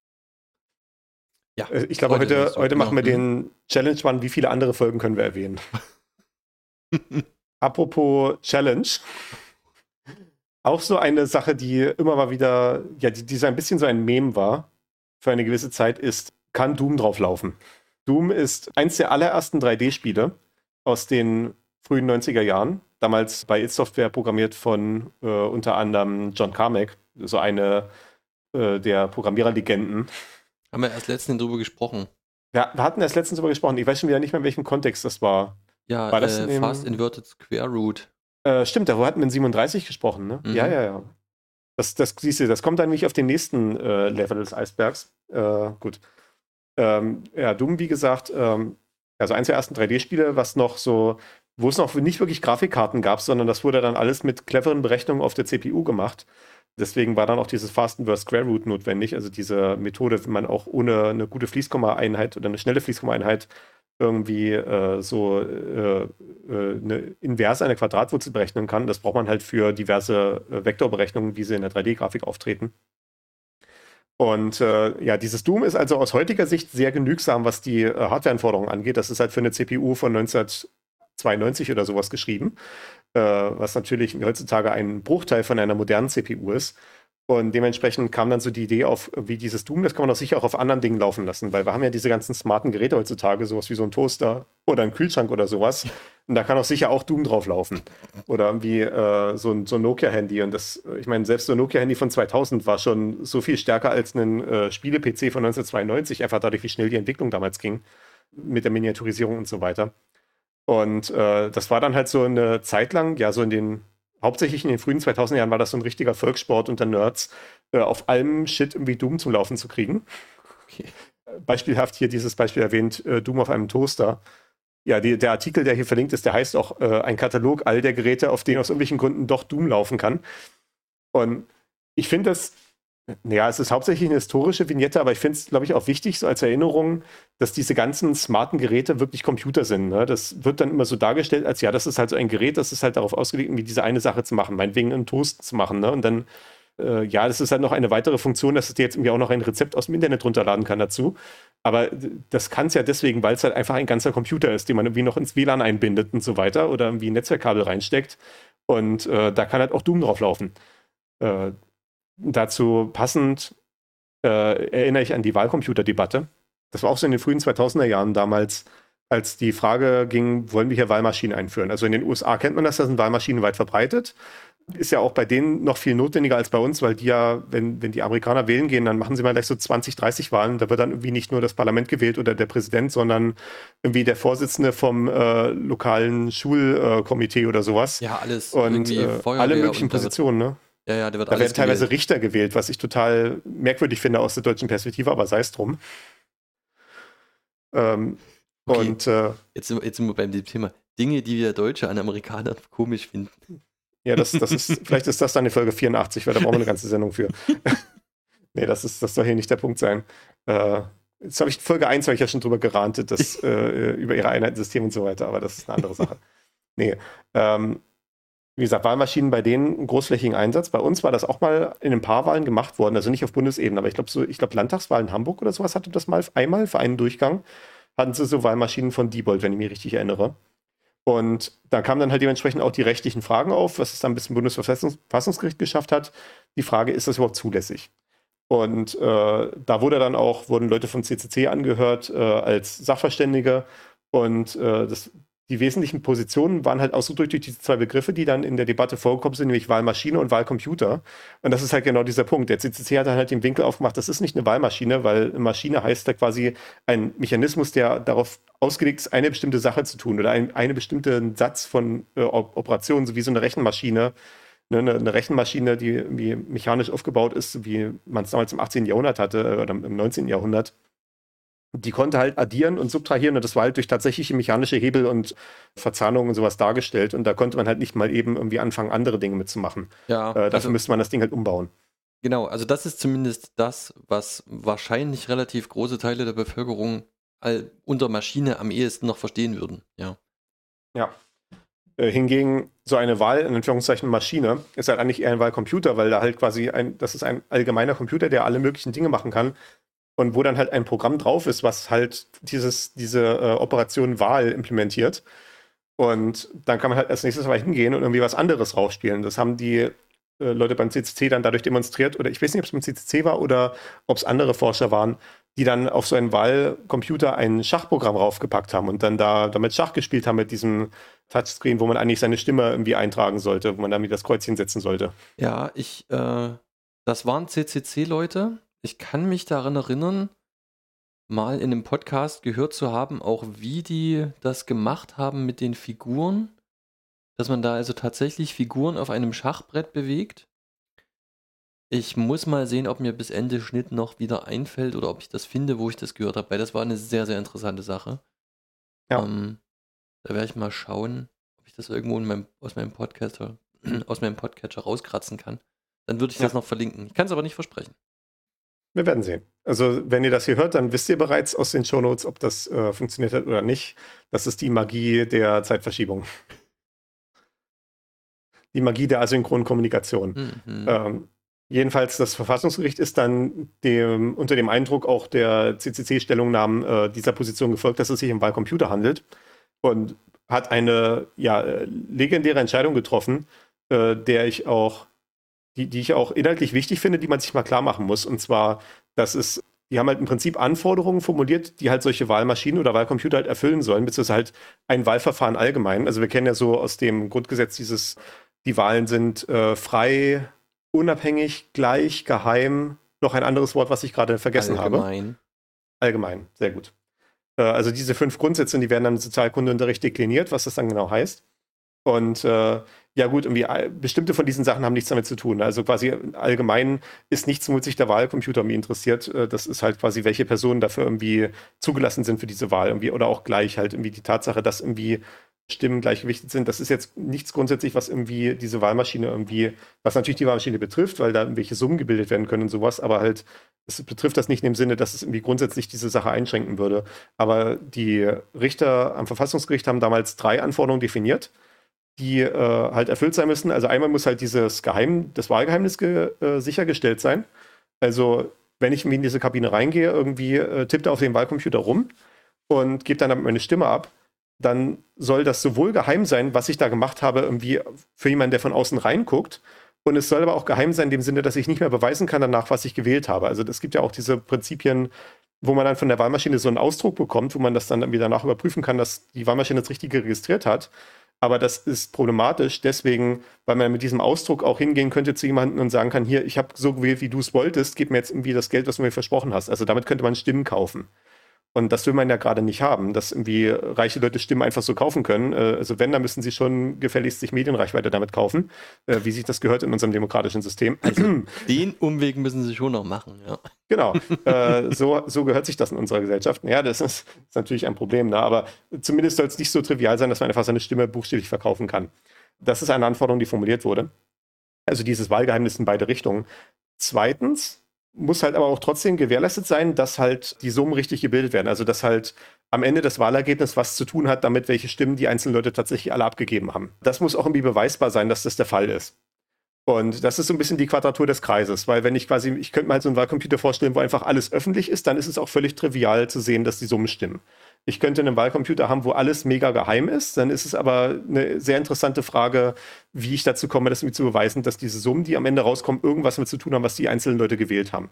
Ja, ich glaube, heute machen wir den Challenge-One. Wie viele andere Folgen können wir erwähnen? Apropos Challenge. auch so eine Sache, die immer mal wieder, ja, die so ein bisschen so ein Meme war für eine gewisse Zeit, ist, kann Doom drauf laufen? Doom ist eins der allerersten 3D-Spiele aus den frühen 90er Jahren, damals bei id Software programmiert von unter anderem John Carmack, so eine der Programmiererlegenden. Haben wir erst letztens drüber gesprochen. Ja, wir hatten erst letztens darüber gesprochen. Ich weiß schon wieder nicht mehr, in welchem Kontext das war. Ja, war das Fast Inverted Square Root. Stimmt, da hatten wir in 37 gesprochen, ne? Mhm. Ja. Das siehst du, das kommt dann nämlich auf den nächsten Level des Eisbergs. Gut. Ja, Doom, wie gesagt, also eins der ersten 3D-Spiele, was noch so, wo es noch nicht wirklich Grafikkarten gab, sondern das wurde dann alles mit cleveren Berechnungen auf der CPU gemacht. Deswegen war dann auch dieses Fast Inverse Square Root notwendig, also diese Methode, wie man auch ohne eine gute Fließkomma-Einheit oder eine schnelle Fließkomma-Einheit irgendwie eine Inverse einer Quadratwurzel berechnen kann. Das braucht man halt für diverse Vektorberechnungen, wie sie in der 3D-Grafik auftreten. Und ja, dieses Doom ist also aus heutiger Sicht sehr genügsam, was die Hardwareanforderungen angeht. Das ist halt für eine CPU von 1992 oder sowas geschrieben, was natürlich heutzutage ein Bruchteil von einer modernen CPU ist. Und dementsprechend kam dann so die Idee auf, wie dieses Doom, das kann man doch sicher auch auf anderen Dingen laufen lassen, weil wir haben ja diese ganzen smarten Geräte heutzutage, sowas wie so ein Toaster oder ein Kühlschrank oder sowas. Und da kann auch sicher auch Doom drauf laufen. Oder irgendwie so ein Nokia-Handy. Und das, ich meine, selbst so ein Nokia-Handy von 2000 war schon so viel stärker als ein Spiele-PC von 1992, einfach dadurch, wie schnell die Entwicklung damals ging, mit der Miniaturisierung und so weiter. Und das war dann halt so eine Zeit lang, ja, so hauptsächlich in den frühen 2000er Jahren war das so ein richtiger Volkssport unter Nerds, auf allem Shit irgendwie Doom zum Laufen zu kriegen. Okay. Beispielhaft hier dieses Beispiel erwähnt, Doom auf einem Toaster. Ja, der Artikel, der hier verlinkt ist, der heißt auch ein Katalog all der Geräte, auf denen aus irgendwelchen Gründen doch Doom laufen kann. Und ich finde das, naja, es ist hauptsächlich eine historische Vignette, aber ich finde es, glaube ich, auch wichtig, so als Erinnerung, dass diese ganzen smarten Geräte wirklich Computer sind. Ne? Das wird dann immer so dargestellt, als ja, das ist halt so ein Gerät, das ist halt darauf ausgelegt, irgendwie diese eine Sache zu machen, meinetwegen einen Toast zu machen. Ne? Und dann, ja, das ist halt noch eine weitere Funktion, dass es dir jetzt irgendwie auch noch ein Rezept aus dem Internet runterladen kann dazu. Aber das kann es ja deswegen, weil es halt einfach ein ganzer Computer ist, den man irgendwie noch ins WLAN einbindet und so weiter oder irgendwie ein Netzwerkkabel reinsteckt. Und da kann halt auch Doom drauf laufen. Dazu passend erinnere ich an die Wahlcomputer-Debatte. Das war auch so in den frühen 2000er Jahren damals, als die Frage ging, wollen wir hier Wahlmaschinen einführen? Also in den USA kennt man das, da sind Wahlmaschinen weit verbreitet. Ist ja auch bei denen noch viel notwendiger als bei uns, weil die ja, wenn die Amerikaner wählen gehen, dann machen sie mal gleich so 20, 30 Wahlen. Da wird dann irgendwie nicht nur das Parlament gewählt oder der Präsident, sondern irgendwie der Vorsitzende vom lokalen Schulkomitee oder sowas. Ja, alles. Und alle möglichen Positionen, ne? Ja, der wird Da alles werden teilweise gewählt. Richter gewählt, was ich total merkwürdig finde aus der deutschen Perspektive, aber sei es drum. Okay. Und Jetzt sind wir beim Thema Dinge, die wir Deutsche an Amerikanern komisch finden. ja, das ist, vielleicht ist das dann die Folge 84, weil da brauchen wir eine ganze Sendung für. Nee, das soll hier nicht der Punkt sein. Jetzt habe ich Folge 1, habe ich ja schon drüber gerantet, über ihre Einheitensystem und so weiter, aber das ist eine andere Sache. Nee, wie gesagt, Wahlmaschinen bei denen einen großflächigen Einsatz. Bei uns war das auch mal in ein paar Wahlen gemacht worden, also nicht auf Bundesebene, aber ich glaube Landtagswahlen in Hamburg oder sowas hatte das mal einmal für einen Durchgang, hatten sie so Wahlmaschinen von Diebold, wenn ich mich richtig erinnere. Und da kamen dann halt dementsprechend auch die rechtlichen Fragen auf, was es dann bis zum Bundesverfassungsgericht geschafft hat. Die Frage, ist das überhaupt zulässig? Und da wurden Leute vom CCC angehört als Sachverständige und die wesentlichen Positionen waren halt ausgedrückt durch diese zwei Begriffe, die dann in der Debatte vorgekommen sind, nämlich Wahlmaschine und Wahlcomputer. Und das ist halt genau dieser Punkt. Der CCC hat dann halt den Winkel aufgemacht, das ist nicht eine Wahlmaschine, weil eine Maschine heißt da quasi ein Mechanismus, der darauf ausgelegt ist, eine bestimmte Sache zu tun oder einen bestimmten Satz von Operationen, so wie so eine Rechenmaschine. Eine Rechenmaschine, die irgendwie mechanisch aufgebaut ist, wie man es damals im 18. Jahrhundert hatte oder im 19. Jahrhundert. Die konnte halt addieren und subtrahieren und das war halt durch tatsächliche mechanische Hebel und Verzahnungen und sowas dargestellt und da konnte man halt nicht mal eben irgendwie anfangen, andere Dinge mitzumachen. Ja, dafür müsste man das Ding halt umbauen. Genau, also das ist zumindest das, was wahrscheinlich relativ große Teile der Bevölkerung unter Maschine am ehesten noch verstehen würden. Ja. Hingegen so eine Wahl, in Anführungszeichen Maschine, ist halt eigentlich eher ein Wahlcomputer, weil da halt quasi das ist ein allgemeiner Computer, der alle möglichen Dinge machen kann. Und wo dann halt ein Programm drauf ist, was halt diese Operation Wahl implementiert. Und dann kann man halt als nächstes mal hingehen und irgendwie was anderes rausspielen. Das haben die Leute beim CCC dann dadurch demonstriert, oder ich weiß nicht, ob es beim CCC war oder ob es andere Forscher waren, die dann auf so einen Wahlcomputer ein Schachprogramm raufgepackt haben und dann damit Schach gespielt haben mit diesem Touchscreen, wo man eigentlich seine Stimme irgendwie eintragen sollte, wo man damit das Kreuzchen setzen sollte. Ja, das waren CCC-Leute. Ich kann mich daran erinnern, mal in einem Podcast gehört zu haben, auch wie die das gemacht haben mit den Figuren, dass man da also tatsächlich Figuren auf einem Schachbrett bewegt. Ich muss mal sehen, ob mir bis Ende Schnitt noch wieder einfällt oder ob ich das finde, wo ich das gehört habe, weil das war eine sehr, sehr interessante Sache. Ja. Da werde ich mal schauen, ob ich das irgendwo aus meinem Podcatcher rauskratzen kann. Dann würde ich das noch verlinken. Ich kann es aber nicht versprechen. Wir werden sehen. Also wenn ihr das hier hört, dann wisst ihr bereits aus den Shownotes, ob das funktioniert hat oder nicht. Das ist die Magie der Zeitverschiebung. Die Magie der asynchronen Kommunikation. Jedenfalls das Verfassungsgericht ist dann unter dem Eindruck auch der CCC-Stellungnahmen dieser Position gefolgt, dass es sich um Wahlcomputer handelt und hat eine legendäre Entscheidung getroffen, die ich auch inhaltlich wichtig finde, die man sich mal klar machen muss. Und zwar, die haben halt im Prinzip Anforderungen formuliert, die halt solche Wahlmaschinen oder Wahlcomputer halt erfüllen sollen, beziehungsweise halt ein Wahlverfahren allgemein. Also wir kennen ja so aus dem Grundgesetz die Wahlen sind frei, unabhängig, gleich, geheim. Noch ein anderes Wort, was ich gerade vergessen habe. Allgemein, sehr gut. Also diese 5 Grundsätze, die werden dann im Sozialkundeunterricht dekliniert, was das dann genau heißt. Und irgendwie bestimmte von diesen Sachen haben nichts damit zu tun. Also quasi allgemein ist nichts, womit sich der Wahlcomputer irgendwie interessiert. Das ist halt quasi, welche Personen dafür irgendwie zugelassen sind für diese Wahl irgendwie, oder auch gleich halt irgendwie die Tatsache, dass irgendwie Stimmen gleichgewichtet sind. Das ist jetzt nichts grundsätzlich, was irgendwie diese Wahlmaschine irgendwie, was natürlich die Wahlmaschine betrifft, weil da irgendwelche Summen gebildet werden können und sowas, aber halt, es betrifft das nicht in dem Sinne, dass es irgendwie grundsätzlich diese Sache einschränken würde. Aber die Richter am Verfassungsgericht haben damals 3 Anforderungen definiert, die halt erfüllt sein müssen. Also einmal muss halt das Wahlgeheimnis sichergestellt sein. Also wenn ich in diese Kabine reingehe, irgendwie tippe auf den Wahlcomputer rum und gebe dann meine Stimme ab, dann soll das sowohl geheim sein, was ich da gemacht habe, irgendwie für jemanden, der von außen reinguckt, und es soll aber auch geheim sein in dem Sinne, dass ich nicht mehr beweisen kann danach, was ich gewählt habe. Also es gibt ja auch diese Prinzipien, wo man dann von der Wahlmaschine so einen Ausdruck bekommt, wo man das dann irgendwie danach überprüfen kann, dass die Wahlmaschine das Richtige registriert hat. Aber das ist problematisch deswegen, weil man mit diesem Ausdruck auch hingehen könnte zu jemandem und sagen kann, hier, ich habe so gewählt, wie du es wolltest, gib mir jetzt irgendwie das Geld, was du mir versprochen hast. Also damit könnte man Stimmen kaufen. Und das will man ja gerade nicht haben, dass irgendwie reiche Leute Stimmen einfach so kaufen können. Also wenn, dann müssen sie schon gefälligst sich Medienreichweite damit kaufen, wie sich das gehört in unserem demokratischen System. Also den Umweg müssen sie schon noch machen, ja. Genau, so gehört sich das in unserer Gesellschaft. Ja, das ist natürlich ein Problem, ne? Aber zumindest soll es nicht so trivial sein, dass man einfach seine Stimme buchstäblich verkaufen kann. Das ist eine Anforderung, die formuliert wurde. Also dieses Wahlgeheimnis in beide Richtungen. Zweitens muss halt aber auch trotzdem gewährleistet sein, dass halt die Summen richtig gebildet werden. Also dass halt am Ende das Wahlergebnis was zu tun hat, damit welche Stimmen die einzelnen Leute tatsächlich alle abgegeben haben. Das muss auch irgendwie beweisbar sein, dass das der Fall ist. Und das ist so ein bisschen die Quadratur des Kreises, weil ich könnte mir halt so einen Wahlcomputer vorstellen, wo einfach alles öffentlich ist, dann ist es auch völlig trivial zu sehen, dass die Summen stimmen. Ich könnte einen Wahlcomputer haben, wo alles mega geheim ist, dann ist es aber eine sehr interessante Frage, wie ich dazu komme, das irgendwie zu beweisen, dass diese Summen, die am Ende rauskommen, irgendwas mit zu tun haben, was die einzelnen Leute gewählt haben.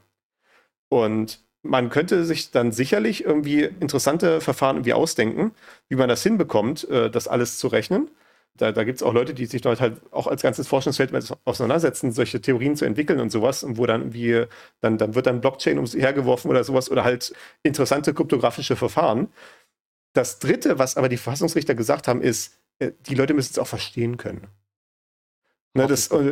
Und man könnte sich dann sicherlich irgendwie interessante Verfahren irgendwie ausdenken, wie man das hinbekommt, das alles zu rechnen. Da gibt es auch Leute, die sich dort halt auch als ganzes Forschungsfeld mit auseinandersetzen, solche Theorien zu entwickeln und sowas, und wo dann dann wird dann Blockchain ums hergeworfen oder sowas oder halt interessante kryptografische Verfahren. Das Dritte, was aber die Verfassungsrichter gesagt haben, ist, die Leute müssen es auch verstehen können. Ne,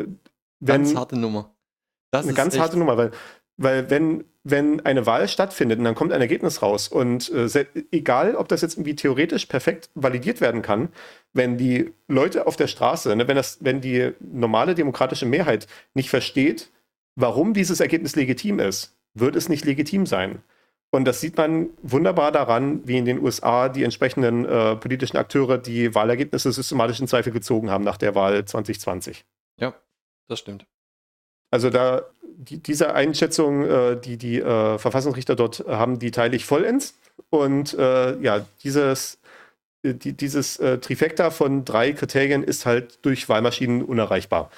ganz harte Nummer. Das ist eine ganz harte Nummer, weil wenn eine Wahl stattfindet und dann kommt ein Ergebnis raus und egal, ob das jetzt irgendwie theoretisch perfekt validiert werden kann, wenn die Leute auf der Straße, ne, wenn die normale demokratische Mehrheit nicht versteht, warum dieses Ergebnis legitim ist, wird es nicht legitim sein. Und das sieht man wunderbar daran, wie in den USA die entsprechenden politischen Akteure die Wahlergebnisse systematisch in Zweifel gezogen haben nach der Wahl 2020. Ja, das stimmt. Also diese Einschätzung, die Verfassungsrichter dort haben, die teile ich vollends. Und dieses Trifecta von 3 Kriterien ist halt durch Wahlmaschinen unerreichbar.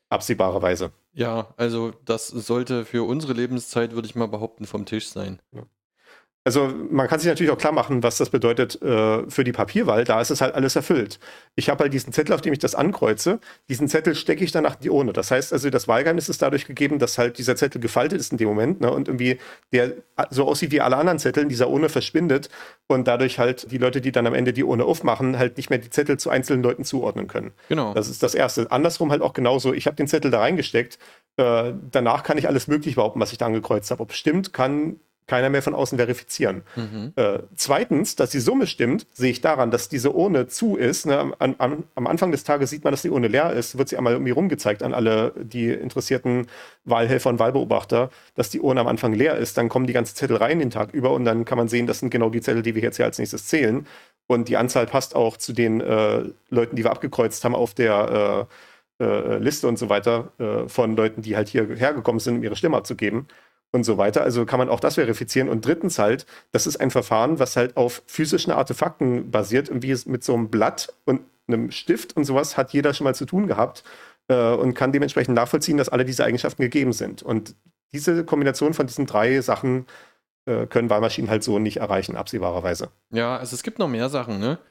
absehbarerweise. Ja, also das sollte für unsere Lebenszeit, würde ich mal behaupten, vom Tisch sein. Also man kann sich natürlich auch klar machen, was das bedeutet für die Papierwahl. Da ist es halt alles erfüllt. Ich habe halt diesen Zettel, auf dem ich das ankreuze. Diesen Zettel stecke ich danach in die Urne. Das heißt also, das Wahlgeheimnis ist dadurch gegeben, dass halt dieser Zettel gefaltet ist in dem Moment, ne, und irgendwie der so aussieht wie alle anderen Zettel in dieser Urne verschwindet und dadurch halt die Leute, die dann am Ende die Urne aufmachen, halt nicht mehr die Zettel zu einzelnen Leuten zuordnen können. Genau. Das ist das Erste. Andersrum halt auch genauso. Ich habe den Zettel da reingesteckt. Danach kann ich alles möglich behaupten, was ich da angekreuzt habe. Ob es stimmt, kann keiner mehr von außen verifizieren. Zweitens, dass die Summe stimmt, sehe ich daran, dass diese Urne zu ist. Ne? Am Anfang des Tages sieht man, dass die Urne leer ist, wird sie einmal irgendwie rumgezeigt an alle die interessierten Wahlhelfer und Wahlbeobachter, dass die Urne am Anfang leer ist. Dann kommen die ganzen Zettel rein den Tag über und dann kann man sehen, das sind genau die Zettel, die wir jetzt hier als nächstes zählen. Und die Anzahl passt auch zu den Leuten, die wir abgekreuzt haben auf der Liste und so weiter von Leuten, die halt hierher gekommen sind, um ihre Stimme abzugeben. Und so weiter. Also kann man auch das verifizieren. Und drittens halt, das ist ein Verfahren, was halt auf physischen Artefakten basiert. Und wie es mit so einem Blatt und einem Stift und sowas hat jeder schon mal zu tun gehabt und kann dementsprechend nachvollziehen, dass alle diese Eigenschaften gegeben sind. Und diese Kombination von diesen 3 Sachen können Wahlmaschinen halt so nicht erreichen, absehbarerweise. Ja, also es gibt noch mehr Sachen, ne?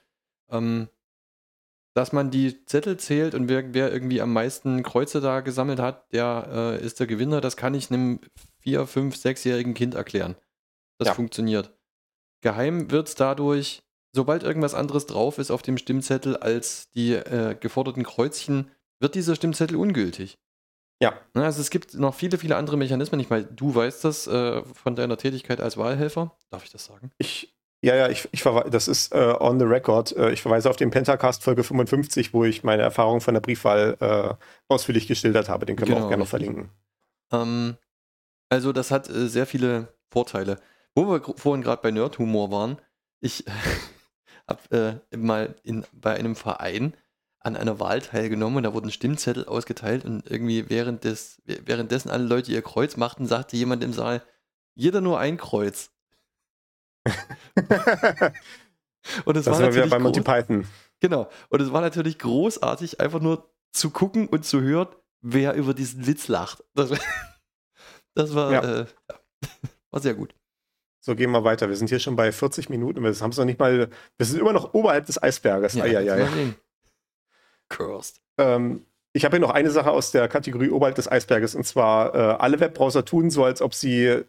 Dass man die Zettel zählt und wer irgendwie am meisten Kreuze da gesammelt hat, der ist der Gewinner. Das kann ich einem 4-, 5-, 6-jährigen Kind erklären. Das funktioniert. Geheim wird es dadurch, sobald irgendwas anderes drauf ist auf dem Stimmzettel als die geforderten Kreuzchen, wird dieser Stimmzettel ungültig. Ja. Also es gibt noch viele, viele andere Mechanismen. Ich meine, du weißt das von deiner Tätigkeit als Wahlhelfer. Darf ich das sagen? Das ist on the record. Ich verweise auf den Pentacast Folge 55, wo ich meine Erfahrung von der Briefwahl ausführlich geschildert habe. Den können wir auch gerne noch verlinken. Also das hat sehr viele Vorteile. Wo wir vorhin gerade bei Nerdhumor waren, ich habe mal bei einem Verein an einer Wahl teilgenommen und da wurden Stimmzettel ausgeteilt und irgendwie währenddessen alle Leute ihr Kreuz machten, sagte jemand im Saal, jeder nur ein Kreuz. Und das war wieder bei Monty Python. Genau. Und es war natürlich großartig, einfach nur zu gucken und zu hören, wer über diesen Witz lacht. Das war, war sehr gut. So, gehen wir weiter. Wir sind hier schon bei 40 Minuten. Wir haben es noch nicht mal. Wir sind immer noch oberhalb des Eisberges. Ja. Cursed. Ich habe hier noch eine Sache aus der Kategorie oberhalb des Eisberges, und zwar alle Webbrowser tun so, als ob sie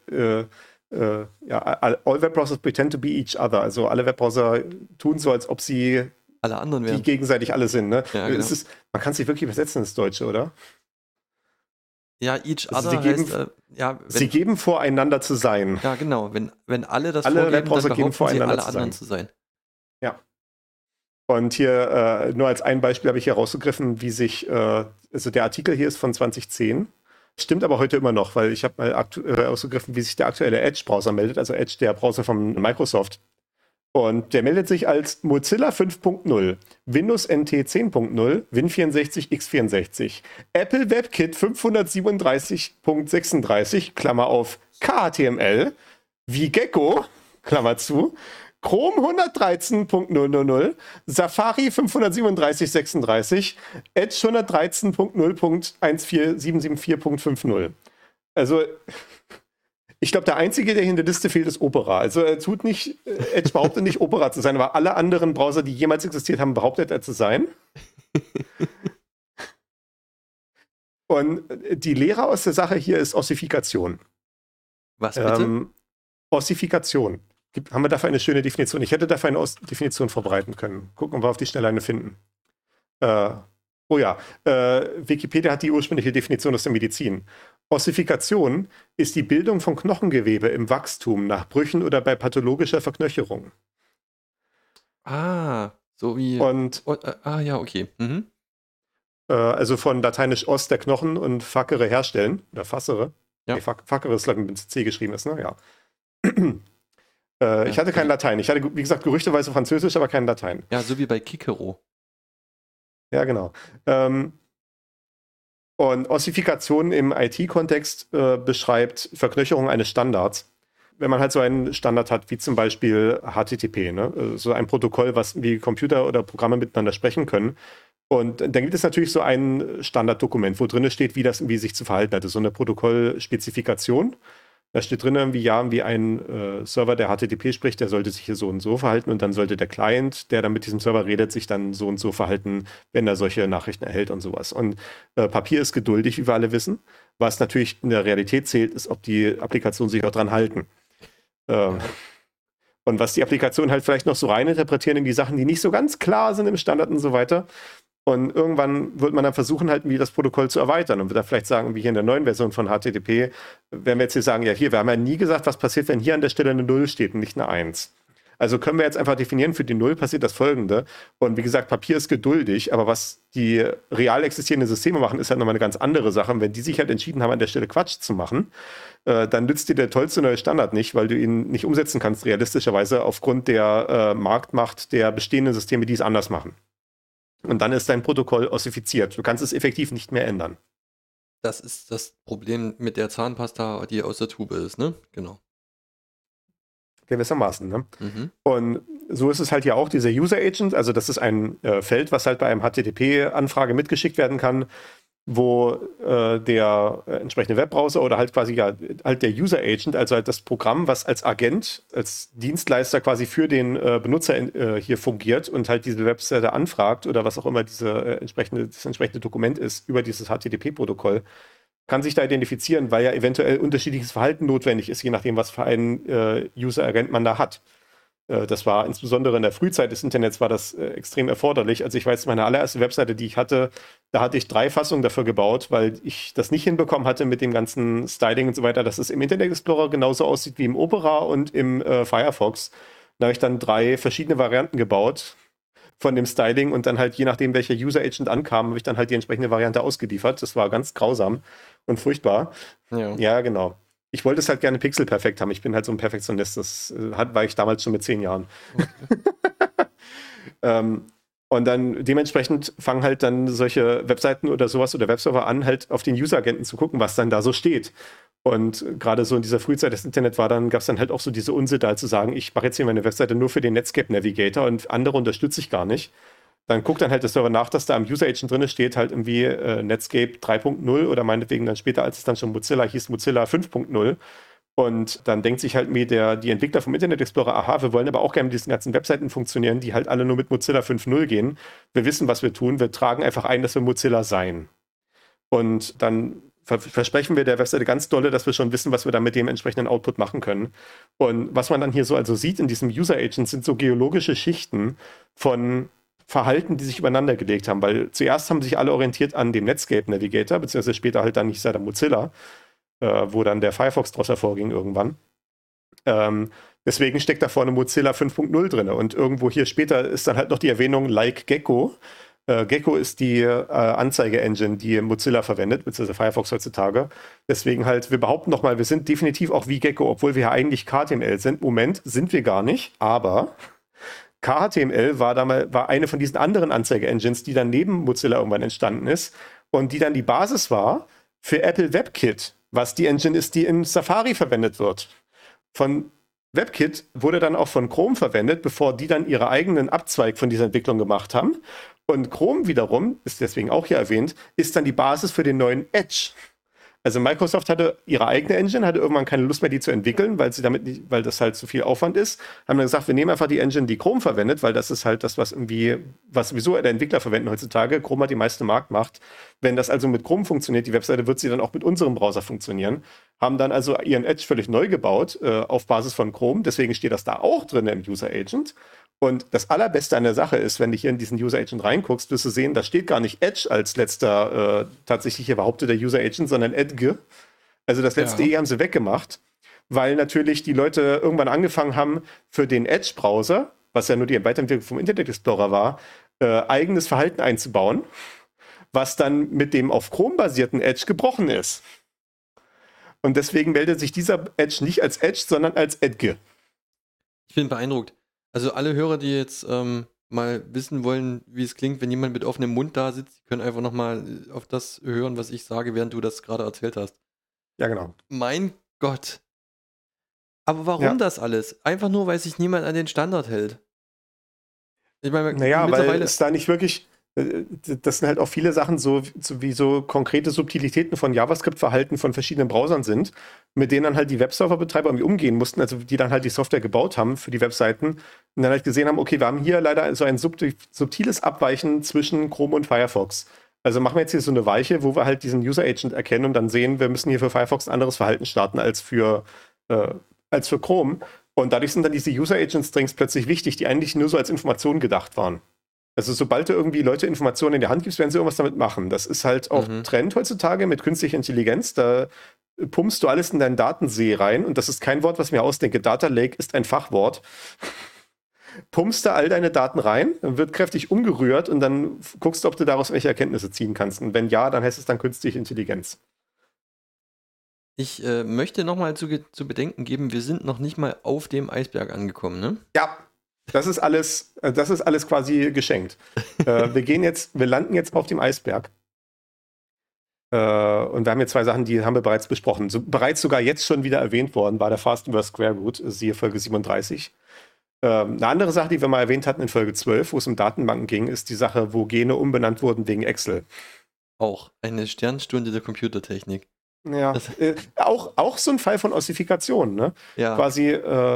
all Webbrowsers pretend to be each other. Also alle Webbrowser tun so, als ob sie alle anderen wären. Die gegenseitig alle sind. Ne? Ja, genau. Man kann es nicht wirklich übersetzen ins Deutsche, oder? Ja, each also other heißt, sie geben vor, einander zu sein. Ja, genau. Wenn alle das alle vorgeben, Webbrowser dann geben vor, sie einander alle anderen zu sein. Ja. Und hier nur als ein Beispiel habe ich hier rausgegriffen, wie sich, also der Artikel hier ist von 2010, stimmt aber heute immer noch, weil ich habe mal ausgegriffen, wie sich der aktuelle Edge-Browser meldet, also Edge, der Browser von Microsoft. Und der meldet sich als Mozilla 5.0, Windows NT 10.0, Win64 x64, Apple WebKit 537.36, Klammer auf, KHTML, wie Gecko, Klammer zu, Chrome 113.000, Safari 537.36, Edge 113.0.14774.50. Also, ich glaube, der Einzige, der hier in der Liste fehlt, ist Opera. Also Edge behauptet nicht, Opera zu sein, aber alle anderen Browser, die jemals existiert haben, behauptet er zu sein. Und die Lehre aus der Sache hier ist Ossifikation. Was bitte? Ossifikation. Haben wir dafür eine schöne Definition? Ich hätte dafür eine Definition vorbereiten können. Gucken, ob wir auf die Schnelle eine finden. Wikipedia hat die ursprüngliche Definition aus der Medizin. Ossifikation ist die Bildung von Knochengewebe im Wachstum nach Brüchen oder bei pathologischer Verknöcherung. So wie... ja, okay. Mhm. Also von lateinisch os, der Knochen, und faccere herstellen. Oder fassere. Ja. Nee, faccere ist, wenn es C geschrieben ist, ne? Ja. Ich hatte kein Latein. Ich hatte, wie gesagt, gerüchteweise Französisch, aber kein Latein. Ja, so wie bei Kikero. Ja, genau. Und Ossifikation im IT-Kontext beschreibt Verknöcherung eines Standards. Wenn man halt so einen Standard hat, wie zum Beispiel HTTP, ne? So ein Protokoll, was wie Computer oder Programme miteinander sprechen können, Und dann gibt es natürlich so ein Standarddokument, wo drin steht, wie das irgendwie sich zu verhalten hat. Das ist so eine Protokollspezifikation. Da steht drin irgendwie ein Server, der HTTP spricht, der sollte sich hier so und so verhalten und dann sollte der Client, der dann mit diesem Server redet, sich dann so und so verhalten, wenn er solche Nachrichten erhält und sowas. Und Papier ist geduldig, wie wir alle wissen. Was natürlich in der Realität zählt, ist, ob die Applikationen sich auch dran halten. Und was die Applikationen halt vielleicht noch so rein interpretieren in die Sachen, die nicht so ganz klar sind im Standard und so weiter. Und irgendwann wird man dann versuchen, halt wie das Protokoll zu erweitern und wird dann vielleicht sagen, wie hier in der neuen Version von HTTP, werden wir jetzt hier sagen, ja hier, wir haben ja nie gesagt, was passiert, wenn hier an der Stelle eine 0 steht und nicht eine 1. Also können wir jetzt einfach definieren, für die 0 passiert das Folgende. Und wie gesagt, Papier ist geduldig, aber was die real existierenden Systeme machen, ist halt nochmal eine ganz andere Sache. Und wenn die sich halt entschieden haben, an der Stelle Quatsch zu machen, dann nützt dir der tollste neue Standard nicht, weil du ihn nicht umsetzen kannst, realistischerweise, aufgrund der Marktmacht der bestehenden Systeme, die es anders machen. Und dann ist dein Protokoll ossifiziert. Du kannst es effektiv nicht mehr ändern. Das ist das Problem mit der Zahnpasta, die aus der Tube ist, ne? Genau. Gewissermaßen, ne? Und so ist es halt ja auch, dieser User Agent, also das ist ein Feld, was halt bei einem HTTP-Anfrage mitgeschickt werden kann, wo der entsprechende Webbrowser oder halt quasi ja halt der User Agent, also halt das Programm, was als Agent, als Dienstleister quasi für den Benutzer hier fungiert und halt diese Webseite anfragt oder was auch immer das entsprechende Dokument ist über dieses HTTP-Protokoll, kann sich da identifizieren, weil ja eventuell unterschiedliches Verhalten notwendig ist, je nachdem, was für einen User-Agent man da hat. Das war insbesondere in der Frühzeit des Internets war das extrem erforderlich. Also ich weiß, meine allererste Webseite, die ich hatte, da hatte ich 3 Fassungen dafür gebaut, weil ich das nicht hinbekommen hatte mit dem ganzen Styling und so weiter, dass es im Internet Explorer genauso aussieht wie im Opera und im Firefox. Da habe ich dann 3 verschiedene Varianten gebaut von dem Styling und dann halt je nachdem, welcher User Agent ankam, habe ich dann halt die entsprechende Variante ausgeliefert. Das war ganz grausam und furchtbar. Ja, genau. Ich wollte es halt gerne pixelperfekt haben. Ich bin halt so ein Perfektionist. Das war ich damals schon mit 10 Jahren. Okay. Und dann dementsprechend fangen halt dann solche Webseiten oder sowas oder Webserver an, halt auf den User-Agenten zu gucken, was dann da so steht. Und gerade so in dieser Frühzeit des Internet gab es dann halt auch so diese Unsitte, halt zu sagen, ich mache jetzt hier meine Webseite nur für den Netscape Navigator und andere unterstütze ich gar nicht. Dann guckt dann halt der Server nach, dass da am User Agent drin steht, halt irgendwie Netscape 3.0 oder meinetwegen dann später, als es dann schon Mozilla hieß, Mozilla 5.0. Und dann denkt sich halt die Entwickler vom Internet Explorer, aha, wir wollen aber auch gerne mit diesen ganzen Webseiten funktionieren, die halt alle nur mit Mozilla 5.0 gehen. Wir wissen, was wir tun. Wir tragen einfach ein, dass wir Mozilla seien. Und dann versprechen wir der Webseite ganz dolle, dass wir schon wissen, was wir da mit dem entsprechenden Output machen können. Und was man dann hier so also sieht in diesem User Agent, sind so geologische Schichten von Verhalten, die sich übereinander gelegt haben, weil zuerst haben sich alle orientiert an dem Netscape Navigator, beziehungsweise später halt dann nicht seit der Mozilla, wo dann der Firefox draus hervorging irgendwann. Deswegen steckt da vorne Mozilla 5.0 drin und irgendwo hier später ist dann halt noch die Erwähnung Like Gecko. Gecko ist die Anzeige-Engine, die Mozilla verwendet, beziehungsweise Firefox heutzutage. Deswegen halt, wir behaupten nochmal, wir sind definitiv auch wie Gecko, obwohl wir ja eigentlich KTML sind. Moment, sind wir gar nicht, aber KHTML war eine von diesen anderen Anzeige-Engines, die dann neben Mozilla irgendwann entstanden ist und die dann die Basis war für Apple WebKit, was die Engine ist, die in Safari verwendet wird. Von WebKit wurde dann auch von Chrome verwendet, bevor die dann ihre eigenen Abzweig von dieser Entwicklung gemacht haben. Und Chrome wiederum, ist deswegen auch hier erwähnt, ist dann die Basis für den neuen Edge. Also Microsoft hatte ihre eigene Engine, hatte irgendwann keine Lust mehr, die zu entwickeln, weil das halt zu viel Aufwand ist. Haben dann gesagt, wir nehmen einfach die Engine, die Chrome verwendet, weil das ist halt das, was sowieso der Entwickler verwenden heutzutage. Chrome hat die meiste Marktmacht. Wenn das also mit Chrome funktioniert, die Webseite, wird sie dann auch mit unserem Browser funktionieren. Haben dann also ihren Edge völlig neu gebaut, auf Basis von Chrome. Deswegen steht das da auch drin im User Agent. Und das Allerbeste an der Sache ist, wenn du hier in diesen User Agent reinguckst, wirst du sehen, da steht gar nicht Edge als letzter tatsächlich hier behaupteter User Agent, sondern Edge. Also das letzte E haben sie weggemacht, weil natürlich die Leute irgendwann angefangen haben, für den Edge-Browser, was ja nur die Weiterentwicklung vom Internet Explorer war, eigenes Verhalten einzubauen, was dann mit dem auf Chrome basierten Edge gebrochen ist. Und deswegen meldet sich dieser Edge nicht als Edge, sondern als Edge. Ich bin beeindruckt. Also alle Hörer, die jetzt mal wissen wollen, wie es klingt, wenn jemand mit offenem Mund da sitzt, die können einfach nochmal auf das hören, was ich sage, während du das gerade erzählt hast. Ja, genau. Mein Gott. Aber warum das alles? Einfach nur, weil sich niemand an den Standard hält. Ich meine, naja, weil es da nicht wirklich Das sind halt auch viele Sachen wie so konkrete Subtilitäten von JavaScript-Verhalten von verschiedenen Browsern sind, mit denen dann halt die Webserverbetreiber irgendwie umgehen mussten, also die dann halt die Software gebaut haben für die Webseiten und dann halt gesehen haben, okay, wir haben hier leider so ein subtiles Abweichen zwischen Chrome und Firefox. Also machen wir jetzt hier so eine Weiche, wo wir halt diesen User Agent erkennen und dann sehen, wir müssen hier für Firefox ein anderes Verhalten starten als für Chrome. Und dadurch sind dann diese User Agent Strings plötzlich wichtig, die eigentlich nur so als Information gedacht waren. Also sobald du irgendwie Leute Informationen in die Hand gibst, werden sie irgendwas damit machen. Das ist halt auch Trend heutzutage mit künstlicher Intelligenz. Da pumpst du alles in deinen Datensee rein und das ist kein Wort, was ich mir ausdenke. Data Lake ist ein Fachwort. Pumpst da all deine Daten rein, dann wird kräftig umgerührt und dann guckst du, ob du daraus welche Erkenntnisse ziehen kannst. Und wenn ja, dann heißt es dann künstliche Intelligenz. Ich möchte nochmal zu bedenken geben, wir sind noch nicht mal auf dem Eisberg angekommen, ne? Ja, das ist alles quasi geschenkt. Wir landen jetzt auf dem Eisberg. Und wir haben hier 2 Sachen, die haben wir bereits besprochen. Bereits sogar jetzt schon wieder erwähnt worden, war der Fast Inverse Square Root, siehe Folge 37. Eine andere Sache, die wir mal erwähnt hatten in Folge 12, wo es um Datenbanken ging, ist die Sache, wo Gene umbenannt wurden wegen Excel. Auch eine Sternstunde der Computertechnik. Ja, auch so ein Fall von Ossifikation, ne? Ja. Quasi,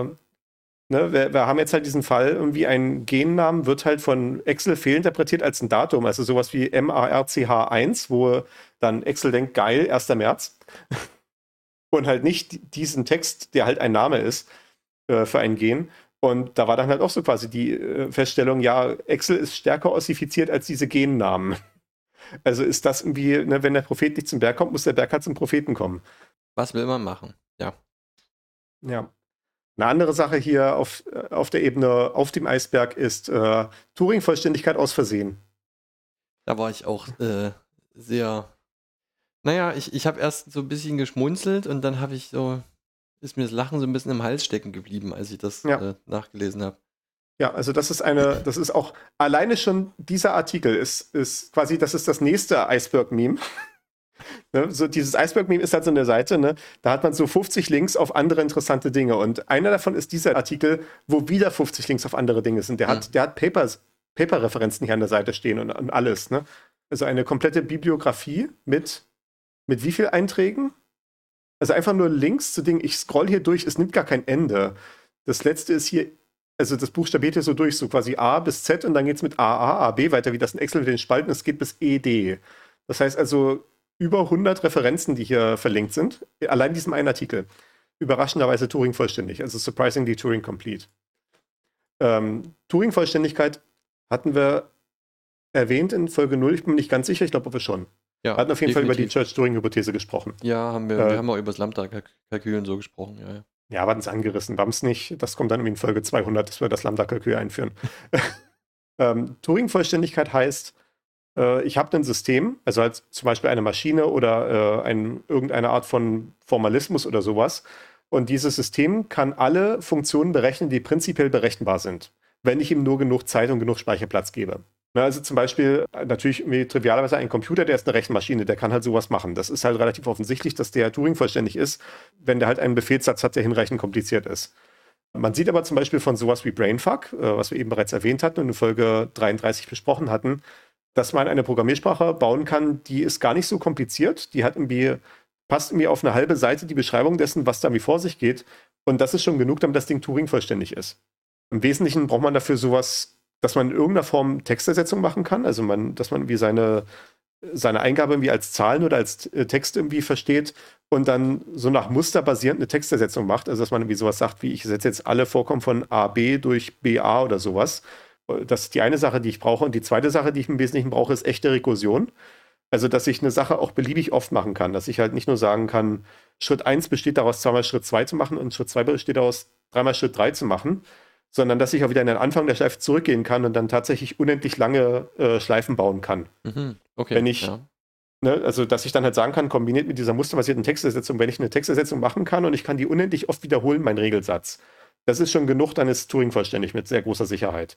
wir haben jetzt halt diesen Fall, irgendwie ein Gennamen wird halt von Excel fehlinterpretiert als ein Datum, also sowas wie MARCH1, wo dann Excel denkt, geil, 1. März. Und halt nicht diesen Text, der halt ein Name ist für ein Gen. Und da war dann halt auch so quasi die Feststellung, ja, Excel ist stärker ossifiziert als diese Gennamen. Also ist das irgendwie, ne, wenn der Prophet nicht zum Berg kommt, muss der Berg halt zum Propheten kommen. Was will man machen? Ja. Ja. Eine andere Sache hier auf der Ebene auf dem Eisberg ist Turing-Vollständigkeit aus Versehen. Da war ich auch sehr. Naja, ich habe erst so ein bisschen geschmunzelt und dann ist mir das Lachen so ein bisschen im Hals stecken geblieben, als ich das nachgelesen habe. Ja, also das ist auch, alleine schon dieser Artikel ist quasi, das ist das nächste Iceberg-Meme. Ne, so dieses Iceberg-Meme ist halt so eine Seite, ne? Da hat man so 50 Links auf andere interessante Dinge und einer davon ist dieser Artikel, wo wieder 50 Links auf andere Dinge sind. Der hat Paper-Referenzen hier an der Seite stehen und alles, ne? Also eine komplette Bibliografie mit wie viel Einträgen? Also einfach nur Links zu Dingen. Ich scroll hier durch, es nimmt gar kein Ende. Das letzte ist hier, also das buchstabiert hier so durch, so quasi A bis Z und dann geht es mit AA, AB weiter, wie das in Excel mit den Spalten, es geht bis ED. Das heißt also über 100 Referenzen, die hier verlinkt sind, allein in diesem einen Artikel. Überraschenderweise Turing vollständig, also surprisingly Turing complete. Turing-Vollständigkeit hatten wir erwähnt in Folge 0, ich bin mir nicht ganz sicher, ich glaube aber schon. Ja, wir hatten auf jeden definitiv. Fall über die Church-Turing-Hypothese gesprochen. Ja, haben wir. Wir haben auch über das Lambda-Kalkül und so gesprochen, ja. Ja, wir hatten es angerissen, wir haben es nicht. Das kommt dann irgendwie in Folge 200, dass wir das Lambda-Kalkül einführen. Turing-Vollständigkeit heißt, ich habe ein System, also halt zum Beispiel eine Maschine oder irgendeine Art von Formalismus oder sowas. Und dieses System kann alle Funktionen berechnen, die prinzipiell berechenbar sind, wenn ich ihm nur genug Zeit und genug Speicherplatz gebe. Also zum Beispiel natürlich trivialerweise ein Computer, der ist eine Rechenmaschine, der kann halt sowas machen. Das ist halt relativ offensichtlich, dass der Turing vollständig ist, wenn der halt einen Befehlssatz hat, der hinreichend kompliziert ist. Man sieht aber zum Beispiel von sowas wie Brainfuck, was wir eben bereits erwähnt hatten und in Folge 33 besprochen hatten, dass man eine Programmiersprache bauen kann, die ist gar nicht so kompliziert. Die hat passt irgendwie auf eine halbe Seite die Beschreibung dessen, was da irgendwie vor sich geht. Und das ist schon genug, damit das Ding Turing vollständig ist. Im Wesentlichen braucht man dafür sowas, dass man in irgendeiner Form Textersetzung machen kann. Also dass man irgendwie seine Eingabe irgendwie als Zahlen oder als Text irgendwie versteht und dann so nach Muster basierend eine Textersetzung macht. Also dass man irgendwie sowas sagt, wie ich setze jetzt alle Vorkommen von AB durch BA oder sowas. Das ist die eine Sache, die ich brauche. Und die zweite Sache, die ich im Wesentlichen brauche, ist echte Rekursion. Also, dass ich eine Sache auch beliebig oft machen kann. Dass ich halt nicht nur sagen kann, Schritt 1 besteht daraus, zweimal Schritt 2 zu machen und Schritt 2 besteht daraus, dreimal Schritt 3 zu machen, sondern dass ich auch wieder in den Anfang der Schleife zurückgehen kann und dann tatsächlich unendlich lange Schleifen bauen kann. Mhm. Okay. Wenn ich, also, dass ich dann halt sagen kann, kombiniert mit dieser musterbasierten Textersetzung, wenn ich eine Textersetzung machen kann und ich kann die unendlich oft wiederholen, mein Regelsatz. Das ist schon genug, dann ist Turing vollständig mit sehr großer Sicherheit.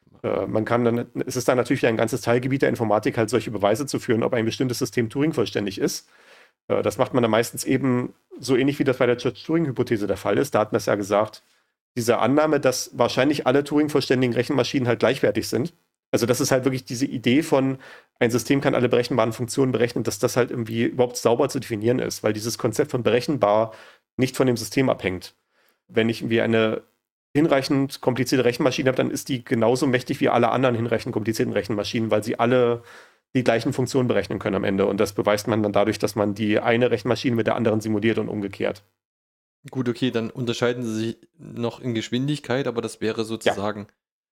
Es ist dann natürlich wieder ein ganzes Teilgebiet der Informatik, halt solche Beweise zu führen, ob ein bestimmtes System Turing vollständig ist. Das macht man dann meistens eben so ähnlich, wie das bei der Church-Turing-Hypothese der Fall ist. Da hatten wir es ja gesagt, diese Annahme, dass wahrscheinlich alle Turing-vollständigen Rechenmaschinen halt gleichwertig sind, Also das ist halt wirklich diese Idee von, ein System kann alle berechenbaren Funktionen berechnen, dass das halt irgendwie überhaupt sauber zu definieren ist, weil dieses Konzept von berechenbar nicht von dem System abhängt. Wenn ich irgendwie eine hinreichend komplizierte Rechenmaschine habe, dann ist die genauso mächtig wie alle anderen hinreichend komplizierten Rechenmaschinen, weil sie alle die gleichen Funktionen berechnen können am Ende. Und das beweist man dann dadurch, dass man die eine Rechenmaschine mit der anderen simuliert und umgekehrt. Gut, okay, dann unterscheiden sie sich noch in Geschwindigkeit, aber das wäre sozusagen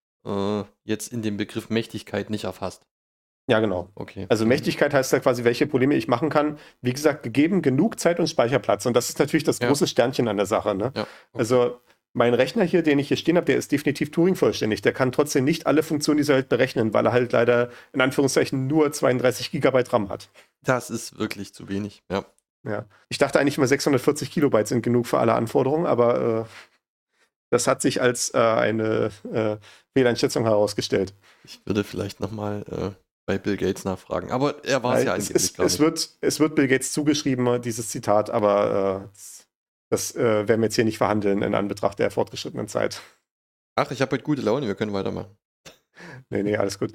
jetzt in dem Begriff Mächtigkeit nicht erfasst. Ja, genau. Okay. Also Mächtigkeit heißt ja quasi, welche Probleme ich machen kann. Wie gesagt, gegeben genug Zeit und Speicherplatz. Und das ist natürlich das große Sternchen an der Sache. Ne? Ja, okay. Also mein Rechner hier, den ich hier stehen habe, der ist definitiv Turing-vollständig. Der kann trotzdem nicht alle Funktionen dieser Welt berechnen, weil er halt leider in Anführungszeichen nur 32 Gigabyte RAM hat. Das ist wirklich zu wenig, ja. Ja. Ich dachte eigentlich immer 640 Kilobyte sind genug für alle Anforderungen, aber das hat sich als eine Fehleinschätzung herausgestellt. Ich würde vielleicht nochmal bei Bill Gates nachfragen, aber er war es ja eigentlich gar nicht. Es wird Bill Gates zugeschrieben, dieses Zitat, aber das werden wir jetzt hier nicht verhandeln in Anbetracht der fortgeschrittenen Zeit. Ach, ich habe heute gute Laune, wir können weitermachen. Nee, alles gut.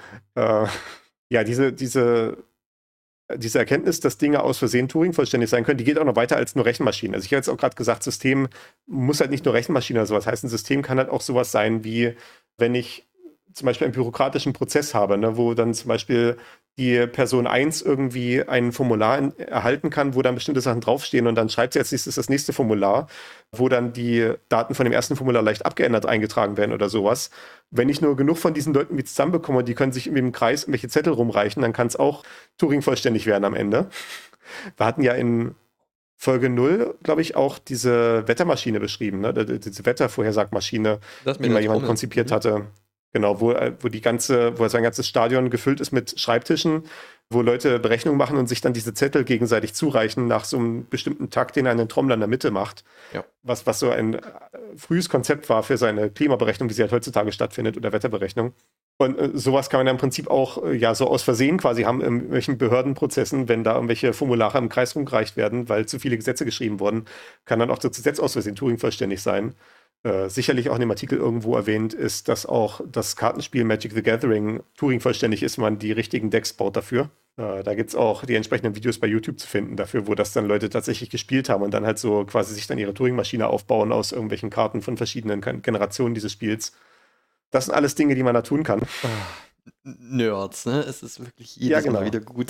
Ja, diese Erkenntnis, dass Dinge aus Versehen Turing-vollständig sein können, die geht auch noch weiter als nur Rechenmaschinen. Also ich habe jetzt auch gerade gesagt, System muss halt nicht nur Rechenmaschine oder sowas heißen. System kann halt auch sowas sein, wie wenn ich zum Beispiel einen bürokratischen Prozess habe, ne, wo dann zum Beispiel die Person 1 irgendwie ein Formular erhalten kann, wo dann bestimmte Sachen draufstehen und dann schreibt sie als nächstes das nächste Formular, wo dann die Daten von dem ersten Formular leicht abgeändert eingetragen werden oder sowas. Wenn ich nur genug von diesen Leuten wie zusammenbekomme, die können sich irgendwie im Kreis irgendwelche Zettel rumreichen, dann kann es auch Turing vollständig werden am Ende. Wir hatten ja in Folge 0, glaube ich, auch diese Wettermaschine beschrieben, ne? Diese Wettervorhersagmaschine, die mal jemand konzipiert hatte. Genau, wo sein ganzes Stadion gefüllt ist mit Schreibtischen, wo Leute Berechnungen machen und sich dann diese Zettel gegenseitig zureichen nach so einem bestimmten Takt, den ein Trommler in der Mitte macht. Ja. Was so ein frühes Konzept war für seine Klimaberechnung, wie sie halt heutzutage stattfindet, oder Wetterberechnung. Und sowas kann man dann im Prinzip auch so aus Versehen quasi haben in irgendwelchen Behördenprozessen, wenn da irgendwelche Formulare im Kreis rumgereicht werden, weil zu viele Gesetze geschrieben wurden, kann dann auch das Gesetz aus Versehen Turing vollständig sein. Sicherlich auch in dem Artikel irgendwo erwähnt ist, dass auch das Kartenspiel Magic the Gathering Turing vollständig ist, wenn man die richtigen Decks baut dafür. Da gibt es auch die entsprechenden Videos bei YouTube zu finden dafür, wo das dann Leute tatsächlich gespielt haben und dann halt so quasi sich dann ihre Turing-Maschine aufbauen aus irgendwelchen Karten von verschiedenen Generationen dieses Spiels. Das sind alles Dinge, die man da tun kann. Nerds, ne? Es ist wirklich jedes Mal wieder gut.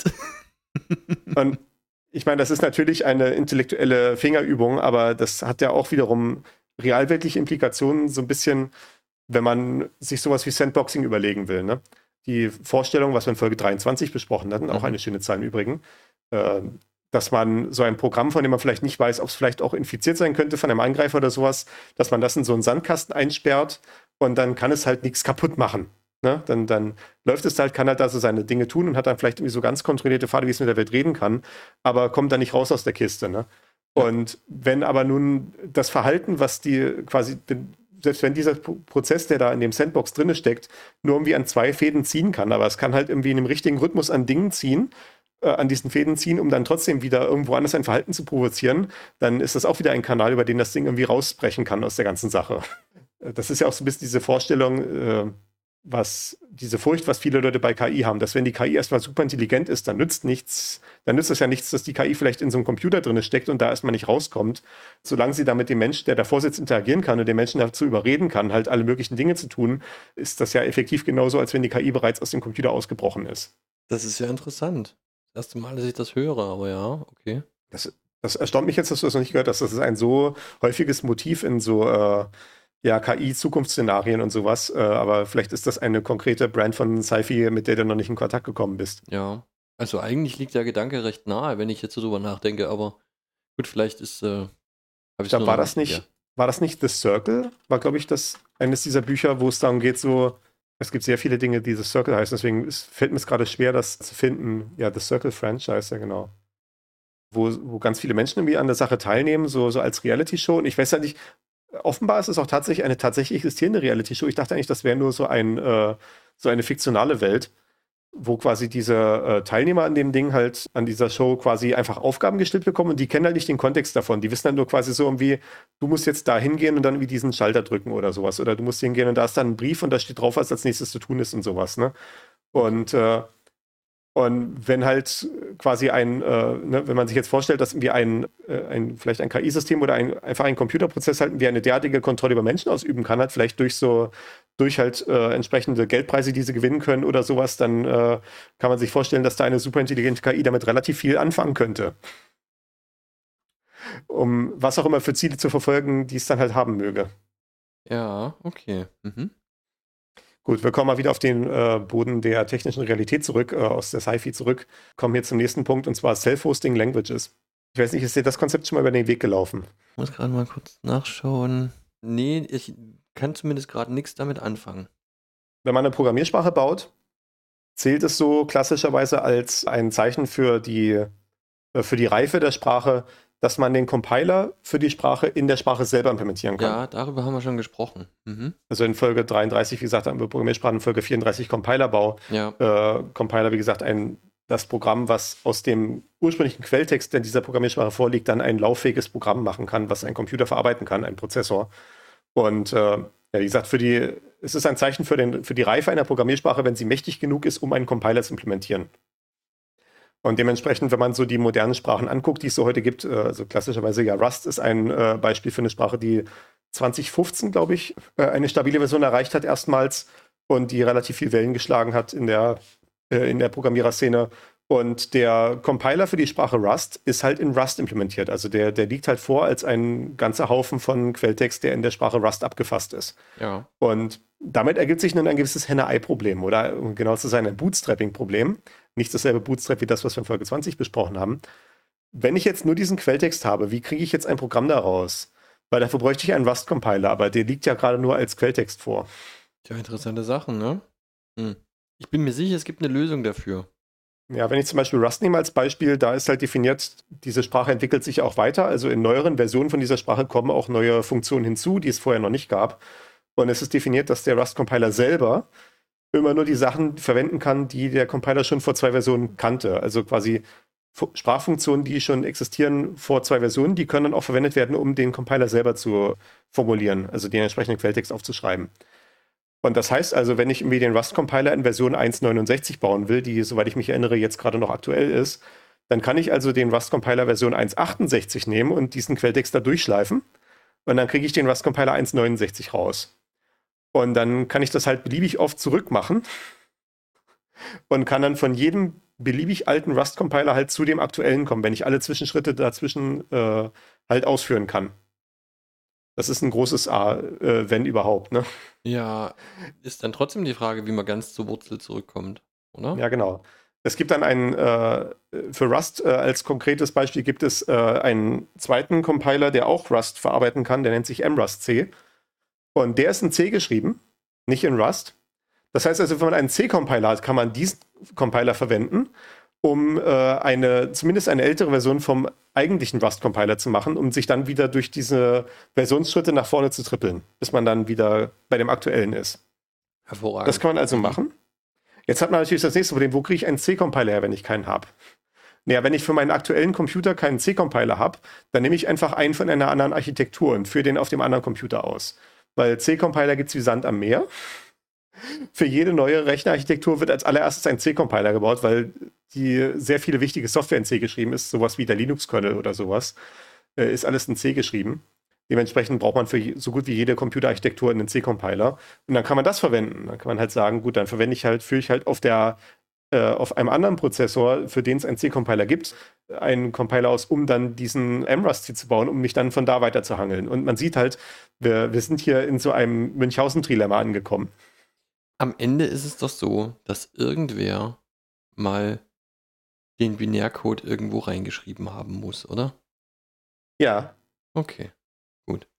Und ich meine, das ist natürlich eine intellektuelle Fingerübung, aber das hat ja auch wiederum realweltliche Implikationen, so ein bisschen, wenn man sich sowas wie Sandboxing überlegen will. Ne? Die Vorstellung, was wir in Folge 23 besprochen hatten, auch eine schöne Zahl im Übrigen, dass man so ein Programm, von dem man vielleicht nicht weiß, ob es vielleicht auch infiziert sein könnte von einem Angreifer oder sowas, dass man das in so einen Sandkasten einsperrt und dann kann es halt nichts kaputt machen. Ne? Dann läuft es halt, kann halt da so seine Dinge tun und hat dann vielleicht irgendwie so ganz kontrollierte Pfade, wie es mit der Welt reden kann, aber kommt dann nicht raus aus der Kiste. Ne? Und wenn aber nun das Verhalten, was die quasi, selbst wenn dieser Prozess, der da in dem Sandbox drin steckt, nur irgendwie an zwei Fäden ziehen kann, aber es kann halt irgendwie in einem richtigen Rhythmus an Dingen ziehen, an diesen Fäden ziehen, um dann trotzdem wieder irgendwo anders ein Verhalten zu provozieren, dann ist das auch wieder ein Kanal, über den das Ding irgendwie rausbrechen kann aus der ganzen Sache. Das ist ja auch so ein bisschen diese Vorstellung, diese Furcht, was viele Leute bei KI haben, dass wenn die KI erstmal super intelligent ist, dann nützt es ja nichts, dass die KI vielleicht in so einem Computer drin steckt und da erstmal nicht rauskommt. Solange sie da mit dem Menschen, der davor sitzt, interagieren kann und den Menschen dazu überreden kann, halt alle möglichen Dinge zu tun, ist das ja effektiv genauso, als wenn die KI bereits aus dem Computer ausgebrochen ist. Das ist ja interessant. Das erste Mal, dass ich das höre, aber ja, okay. Das erstaunt mich jetzt, dass du das noch nicht gehört hast. Das ist ein so häufiges Motiv in so KI-Zukunftsszenarien und sowas, aber vielleicht ist das eine konkrete Brand von Sci-Fi, mit der du noch nicht in Kontakt gekommen bist. Ja, also eigentlich liegt der Gedanke recht nahe, wenn ich jetzt so drüber nachdenke, aber gut, vielleicht ist, war das nicht The Circle? War, glaube ich, eines dieser Bücher, wo es darum geht, so, es gibt sehr viele Dinge, die The Circle heißen, deswegen fällt mir es gerade schwer, das zu finden. Ja, The Circle Franchise, ja genau. Wo ganz viele Menschen irgendwie an der Sache teilnehmen, so als Reality-Show. Und ich weiß ja nicht, offenbar ist es auch tatsächlich eine tatsächlich existierende Reality-Show. Ich dachte eigentlich, das wäre nur so eine fiktionale Welt, wo quasi diese Teilnehmer an dem Ding halt, an dieser Show quasi einfach Aufgaben gestellt bekommen und die kennen halt nicht den Kontext davon. Die wissen dann nur quasi so irgendwie, du musst jetzt da hingehen und dann wie diesen Schalter drücken oder sowas. Oder du musst hingehen und da ist dann ein Brief und da steht drauf, was als nächstes zu tun ist und sowas, ne? Und wenn halt quasi wenn man sich jetzt vorstellt, dass irgendwie vielleicht ein KI-System oder einfach ein Computerprozess halt wie eine derartige Kontrolle über Menschen ausüben kann, halt vielleicht durch halt entsprechende Geldpreise, die sie gewinnen können oder sowas, dann kann man sich vorstellen, dass da eine superintelligente KI damit relativ viel anfangen könnte. Um was auch immer für Ziele zu verfolgen, die es dann halt haben möge. Ja, okay. Mhm. Gut, wir kommen mal wieder auf den Boden der technischen Realität zurück, aus der Sci-Fi zurück. Kommen hier zum nächsten Punkt, und zwar Self-Hosting Languages. Ich weiß nicht, ist dir das Konzept schon mal über den Weg gelaufen? Ich muss gerade mal kurz nachschauen. Nee, ich kann zumindest gerade nichts damit anfangen. Wenn man eine Programmiersprache baut, zählt es so klassischerweise als ein Zeichen für die Reife der Sprache, dass man den Compiler für die Sprache in der Sprache selber implementieren kann. Ja, darüber haben wir schon gesprochen. Mhm. Also in Folge 33, wie gesagt, haben wir Programmiersprachen, in Folge 34 Compilerbau. Ja. Compiler, wie gesagt, das Programm, was aus dem ursprünglichen Quelltext, der in dieser Programmiersprache vorliegt, dann ein lauffähiges Programm machen kann, was ein Computer verarbeiten kann, ein Prozessor. Und wie gesagt, es ist ein Zeichen für die Reife einer Programmiersprache, wenn sie mächtig genug ist, um einen Compiler zu implementieren. Und dementsprechend, wenn man so die modernen Sprachen anguckt, die es so heute gibt, also klassischerweise ja Rust ist ein Beispiel für eine Sprache, die 2015, glaube ich, eine stabile Version erreicht hat erstmals und die relativ viel Wellen geschlagen hat in der Programmiererszene. Und der Compiler für die Sprache Rust ist halt in Rust implementiert. Also der liegt halt vor als ein ganzer Haufen von Quelltext, der in der Sprache Rust abgefasst ist. Ja. Und damit ergibt sich nun ein gewisses Henne-Ei-Problem oder um genau zu sein, ein Bootstrapping-Problem. Nicht dasselbe Bootstrap wie das, was wir in Folge 20 besprochen haben. Wenn ich jetzt nur diesen Quelltext habe, wie kriege ich jetzt ein Programm daraus? Weil dafür bräuchte ich einen Rust-Compiler, aber der liegt ja gerade nur als Quelltext vor. Tja, interessante Sachen, ne? Ich bin mir sicher, es gibt eine Lösung dafür. Ja, wenn ich zum Beispiel Rust nehme als Beispiel, da ist halt definiert, diese Sprache entwickelt sich auch weiter. Also in neueren Versionen von dieser Sprache kommen auch neue Funktionen hinzu, die es vorher noch nicht gab. Und es ist definiert, dass der Rust-Compiler selber immer nur die Sachen verwenden kann, die der Compiler schon vor 2 Versionen kannte. Also quasi Sprachfunktionen, die schon existieren vor 2 Versionen, die können dann auch verwendet werden, um den Compiler selber zu formulieren, also den entsprechenden Quelltext aufzuschreiben. Und das heißt also, wenn ich irgendwie den Rust-Compiler in Version 1.69 bauen will, die, soweit ich mich erinnere, jetzt gerade noch aktuell ist, dann kann ich also den Rust-Compiler Version 1.68 nehmen und diesen Quelltext da durchschleifen. Und dann kriege ich den Rust-Compiler 1.69 raus. Und dann kann ich das halt beliebig oft zurückmachen und kann dann von jedem beliebig alten Rust-Compiler halt zu dem aktuellen kommen, wenn ich alle Zwischenschritte dazwischen halt ausführen kann. Das ist ein großes A, wenn überhaupt, ne? Ja, ist dann trotzdem die Frage, wie man ganz zur Wurzel zurückkommt, oder? Ja, genau. Es gibt dann für Rust als konkretes Beispiel gibt es einen zweiten Compiler, der auch Rust verarbeiten kann, der nennt sich MRustC. Und der ist in C geschrieben, nicht in Rust. Das heißt also, wenn man einen C-Compiler hat, kann man diesen Compiler verwenden, um zumindest eine ältere Version vom eigentlichen Rust-Compiler zu machen, um sich dann wieder durch diese Versionsschritte nach vorne zu trippeln, bis man dann wieder bei dem aktuellen ist. Hervorragend. Das kann man also machen. Jetzt hat man natürlich das nächste Problem, wo kriege ich einen C-Compiler her, wenn ich keinen habe? Naja, wenn ich für meinen aktuellen Computer keinen C-Compiler habe, dann nehme ich einfach einen von einer anderen Architektur und führe den auf dem anderen Computer aus. Weil C-Compiler gibt es wie Sand am Meer. Für jede neue Rechnerarchitektur wird als allererstes ein C-Compiler gebaut, weil die sehr viele wichtige Software in C geschrieben ist, sowas wie der Linux-Kernel oder sowas, ist alles in C geschrieben. Dementsprechend braucht man für so gut wie jede Computerarchitektur einen C-Compiler. Und dann kann man das verwenden. Dann kann man halt sagen, gut, dann führe ich halt auf einem anderen Prozessor, für den es einen C-Compiler gibt, einen Compiler aus, um dann diesen MRustC zu bauen, um mich dann von da weiter zu hangeln. Und man sieht halt, wir sind hier in so einem Münchhausen-Trilemma angekommen. Am Ende ist es doch so, dass irgendwer mal den Binärcode irgendwo reingeschrieben haben muss, oder? Ja. Okay, gut.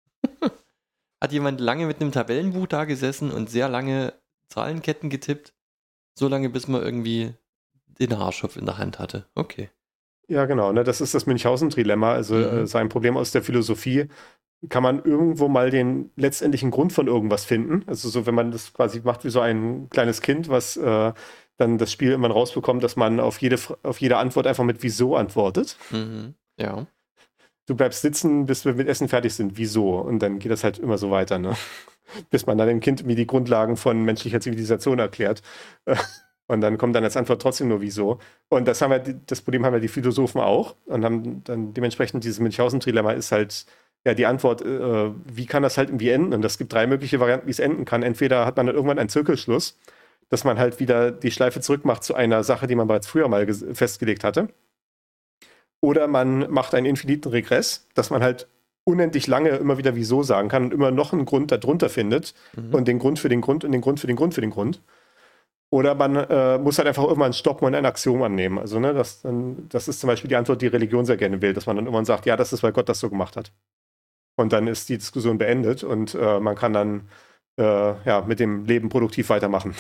Hat jemand lange mit einem Tabellenbuch da gesessen und sehr lange Zahlenketten getippt? So lange, bis man irgendwie den Haarschopf in der Hand hatte. Okay. Ja, genau. Ne? Das ist das Münchhausen-Trilemma. Also sein Problem aus der Philosophie. Kann man irgendwo mal den letztendlichen Grund von irgendwas finden? Also so, wenn man das quasi macht wie so ein kleines Kind, was dann das Spiel irgendwann rausbekommt, dass man auf jede Antwort einfach mit Wieso antwortet. Ja. Du bleibst sitzen, bis wir mit Essen fertig sind. Wieso? Und dann geht das halt immer so weiter, ne? Bis man dann dem Kind wie die Grundlagen von menschlicher Zivilisation erklärt. Und dann kommt dann als Antwort trotzdem nur Wieso. Und das Problem haben ja die Philosophen auch und haben dann dementsprechend dieses Münchhausen-Trilemma ist halt ja die Antwort, wie kann das halt irgendwie enden? Und es gibt 3 mögliche Varianten, wie es enden kann. Entweder hat man dann irgendwann einen Zirkelschluss, dass man halt wieder die Schleife zurückmacht zu einer Sache, die man bereits früher mal festgelegt hatte. Oder man macht einen infiniten Regress, dass man halt unendlich lange immer wieder Wieso sagen kann und immer noch einen Grund darunter findet und den Grund für den Grund und den Grund für den Grund für den Grund. Oder man muss halt einfach irgendwann stoppen und ein Axiom annehmen. Also, ne, das ist zum Beispiel die Antwort, die Religion sehr gerne will, dass man dann irgendwann sagt, ja, das ist, weil Gott das so gemacht hat. Und dann ist die Diskussion beendet und man kann dann mit dem Leben produktiv weitermachen.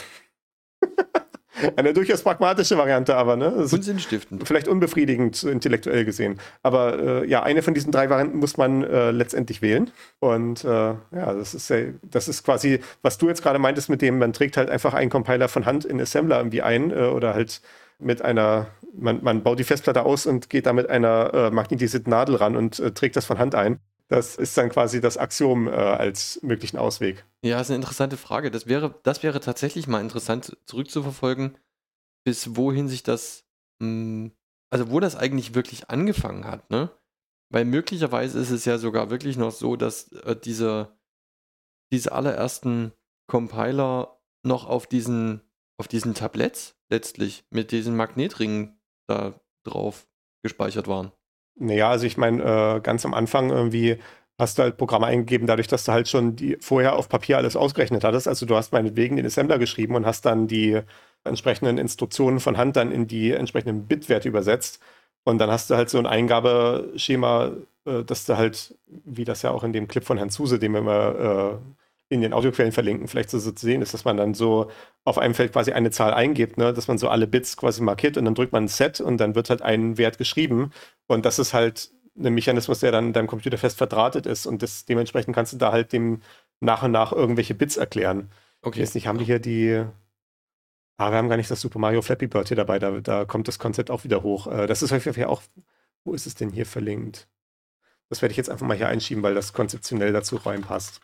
Eine durchaus pragmatische Variante, aber ne? Und sinnstiftend. Vielleicht unbefriedigend intellektuell gesehen. Aber eine von diesen 3 Varianten muss man letztendlich wählen. Und das ist quasi, was du jetzt gerade meintest mit dem, man trägt halt einfach einen Compiler von Hand in Assembler irgendwie ein oder halt mit man baut die Festplatte aus und geht da mit einer magnetisierten Nadel ran und trägt das von Hand ein. Das ist dann quasi das Axiom als möglichen Ausweg. Ja, ist eine interessante Frage. Das wäre tatsächlich mal interessant zurückzuverfolgen, bis wohin sich das, also wo das eigentlich wirklich angefangen hat, ne? Weil möglicherweise ist es ja sogar wirklich noch so, dass diese allerersten Compiler noch auf diesen Tabletts letztlich mit diesen Magnetringen da drauf gespeichert waren. Naja, also ich meine, ganz am Anfang irgendwie hast du halt Programme eingegeben, dadurch, dass du halt schon vorher auf Papier alles ausgerechnet hattest. Also du hast meinetwegen den Assembler geschrieben und hast dann die entsprechenden Instruktionen von Hand dann in die entsprechenden Bitwerte übersetzt. Und dann hast du halt so ein Eingabeschema, dass du halt, wie das ja auch in dem Clip von Herrn Zuse, den wir immer in den Audioquellen verlinken, vielleicht so zu sehen ist, dass man dann so auf einem Feld quasi eine Zahl eingibt, ne? Dass man so alle Bits quasi markiert und dann drückt man ein Set und dann wird halt ein Wert geschrieben. Und das ist halt ein Mechanismus, der dann in deinem Computer fest verdrahtet ist und dementsprechend kannst du da halt dem nach und nach irgendwelche Bits erklären. Okay. Jetzt nicht, haben wir hier wir haben gar nicht das Super Mario Flappy Bird hier dabei, da kommt das Konzept auch wieder hoch. Das ist häufig auch, wo ist es denn hier verlinkt? Das werde ich jetzt einfach mal hier einschieben, weil das konzeptionell dazu reinpasst.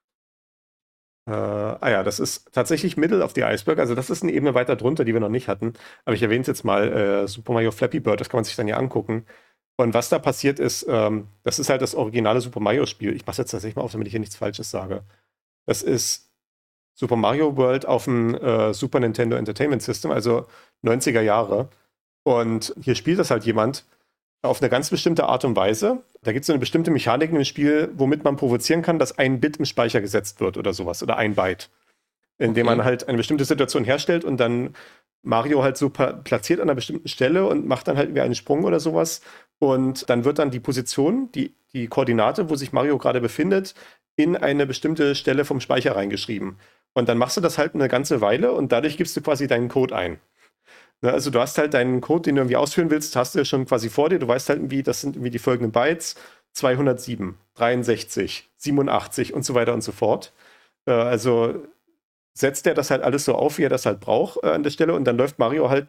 Das ist tatsächlich Middle of the Iceberg, also das ist eine Ebene weiter drunter, die wir noch nicht hatten. Aber ich erwähne es jetzt mal, Super Mario Flappy Bird, das kann man sich dann ja angucken. Und was da passiert ist, das ist halt das originale Super Mario-Spiel. Ich mache es jetzt tatsächlich mal auf, damit ich hier nichts Falsches sage. Das ist Super Mario World auf dem Super Nintendo Entertainment System, also 90er Jahre. Und hier spielt das halt jemand auf eine ganz bestimmte Art und Weise. Da gibt es so eine bestimmte Mechanik im Spiel, womit man provozieren kann, dass ein Bit im Speicher gesetzt wird oder sowas. Oder ein Byte. Indem man halt eine bestimmte Situation herstellt und dann Mario halt so platziert an einer bestimmten Stelle und macht dann halt irgendwie einen Sprung oder sowas. Und dann wird dann die Position, die Koordinate, wo sich Mario gerade befindet, in eine bestimmte Stelle vom Speicher reingeschrieben. Und dann machst du das halt eine ganze Weile und dadurch gibst du quasi deinen Code ein. Also du hast halt deinen Code, den du irgendwie ausführen willst, hast du ja schon quasi vor dir. Du weißt halt irgendwie, das sind irgendwie die folgenden Bytes: 207, 63, 87 und so weiter und so fort. Also setzt er das halt alles so auf, wie er das halt braucht an der Stelle und dann steuert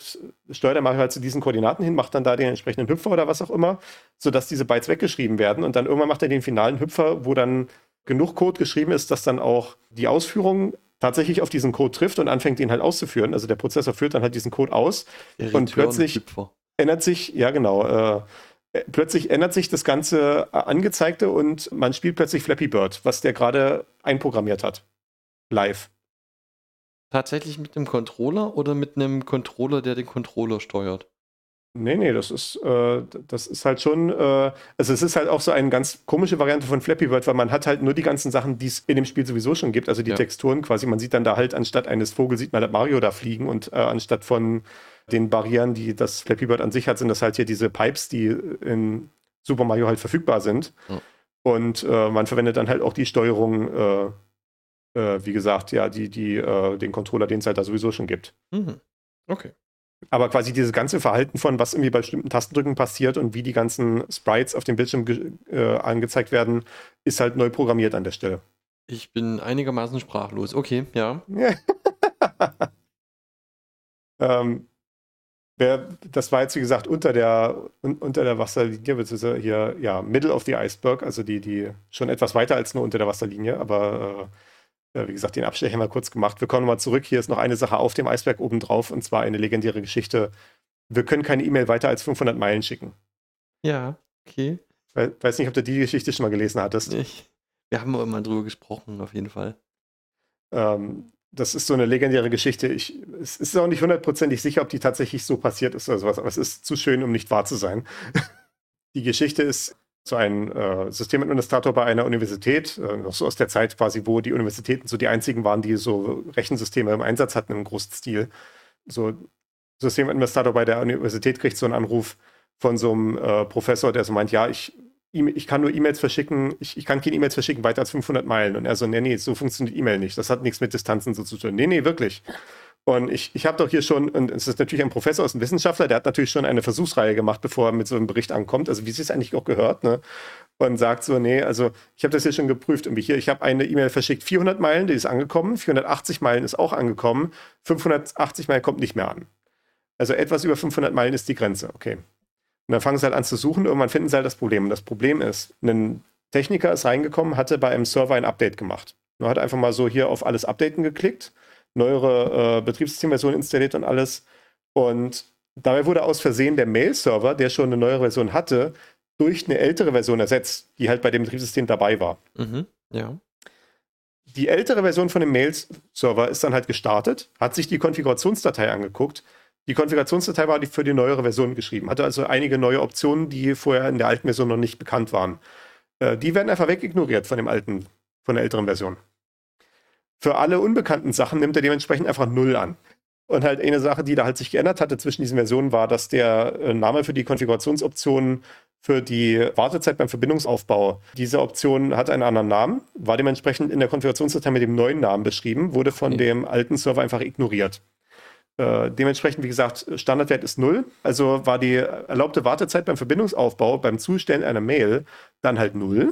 der Mario halt zu diesen Koordinaten hin, macht dann da den entsprechenden Hüpfer oder was auch immer, sodass diese Bytes weggeschrieben werden und dann irgendwann macht er den finalen Hüpfer, wo dann genug Code geschrieben ist, dass dann auch die Ausführung tatsächlich auf diesen Code trifft und anfängt, ihn halt auszuführen. Also der Prozessor führt dann halt diesen Code aus und plötzlich ändert sich, plötzlich ändert sich das ganze Angezeigte und man spielt plötzlich Flappy Bird, was der gerade einprogrammiert hat. Live. Tatsächlich mit einem Controller oder mit einem Controller, der den Controller steuert? Nee, das ist halt schon, also es ist halt auch so eine ganz komische Variante von Flappy Bird, weil man hat halt nur die ganzen Sachen, die es in dem Spiel sowieso schon gibt, also die Texturen quasi, man sieht dann da halt anstatt eines Vogels, sieht man halt Mario da fliegen und anstatt von den Barrieren, die das Flappy Bird an sich hat, sind das halt hier diese Pipes, die in Super Mario halt verfügbar sind. Ja. Und man verwendet dann halt auch die Steuerung, wie gesagt, ja, den Controller, den es halt da sowieso schon gibt. Mhm. Okay. Aber quasi dieses ganze Verhalten von, was irgendwie bei bestimmten Tastendrücken passiert und wie die ganzen Sprites auf dem Bildschirm angezeigt werden, ist halt neu programmiert an der Stelle. Ich bin einigermaßen sprachlos. Okay, ja. Das war jetzt, wie gesagt, unter der Wasserlinie, beziehungsweise hier, ja, Middle of the Iceberg, also die schon etwas weiter als nur unter der Wasserlinie, aber wie gesagt, den Abstecher haben wir kurz gemacht. Wir kommen mal zurück. Hier ist noch eine Sache auf dem Eisberg obendrauf, und zwar eine legendäre Geschichte. Wir können keine E-Mail weiter als 500 Meilen schicken. Ja, okay. Weiß nicht, ob du die Geschichte schon mal gelesen hattest. Wir haben immer drüber gesprochen, auf jeden Fall. Das ist so eine legendäre Geschichte. Es ist auch nicht hundertprozentig sicher, ob die tatsächlich so passiert ist oder sowas, aber es ist zu schön, um nicht wahr zu sein. Die Geschichte ist so ein Systemadministrator bei einer Universität, noch so aus der Zeit quasi, wo die Universitäten so die einzigen waren, die so Rechensysteme im Einsatz hatten im großen Stil. So Systemadministrator bei der Universität kriegt so einen Anruf von so einem Professor, der so meint, ja, ich kann nur E-Mails verschicken, ich kann keine E-Mails verschicken weiter als 500 Meilen. Und er so, nee, so funktioniert E-Mail nicht. Das hat nichts mit Distanzen so zu tun. Nee, wirklich. Und ich habe doch hier schon, und es ist natürlich ein Professor, ist ein Wissenschaftler, der hat natürlich schon eine Versuchsreihe gemacht, bevor er mit so einem Bericht ankommt, also wie es eigentlich auch gehört, ne? Und sagt so, nee, also ich habe das hier schon geprüft. Irgendwie hier, ich habe eine E-Mail verschickt, 400 Meilen, die ist angekommen, 480 Meilen ist auch angekommen, 580 Meilen kommt nicht mehr an. Also etwas über 500 Meilen ist die Grenze, okay. Und dann fangen sie halt an zu suchen, irgendwann finden sie halt das Problem. Und das Problem ist, ein Techniker ist reingekommen, hatte bei einem Server ein Update gemacht. Man hat einfach mal so hier auf alles Updaten geklickt, neuere Betriebssystemversion installiert und alles. Und dabei wurde aus Versehen der Mail-Server, der schon eine neuere Version hatte, durch eine ältere Version ersetzt, die halt bei dem Betriebssystem dabei war. Mhm, ja. Die ältere Version von dem Mail-Server ist dann halt gestartet, hat sich die Konfigurationsdatei angeguckt. Die Konfigurationsdatei war für die neuere Version geschrieben, hatte also einige neue Optionen, die vorher in der alten Version noch nicht bekannt waren. Die werden einfach wegignoriert von der älteren Version. Für alle unbekannten Sachen nimmt er dementsprechend einfach 0 an. Und halt eine Sache, die da halt sich geändert hatte zwischen diesen Versionen, war, dass der Name für die Konfigurationsoptionen für die Wartezeit beim Verbindungsaufbau, diese Option hat einen anderen Namen, war dementsprechend in der Konfigurationsdatei mit dem neuen Namen beschrieben, wurde von dem alten Server einfach ignoriert. Dementsprechend, wie gesagt, Standardwert ist 0. Also war die erlaubte Wartezeit beim Verbindungsaufbau, beim Zustellen einer Mail dann halt 0.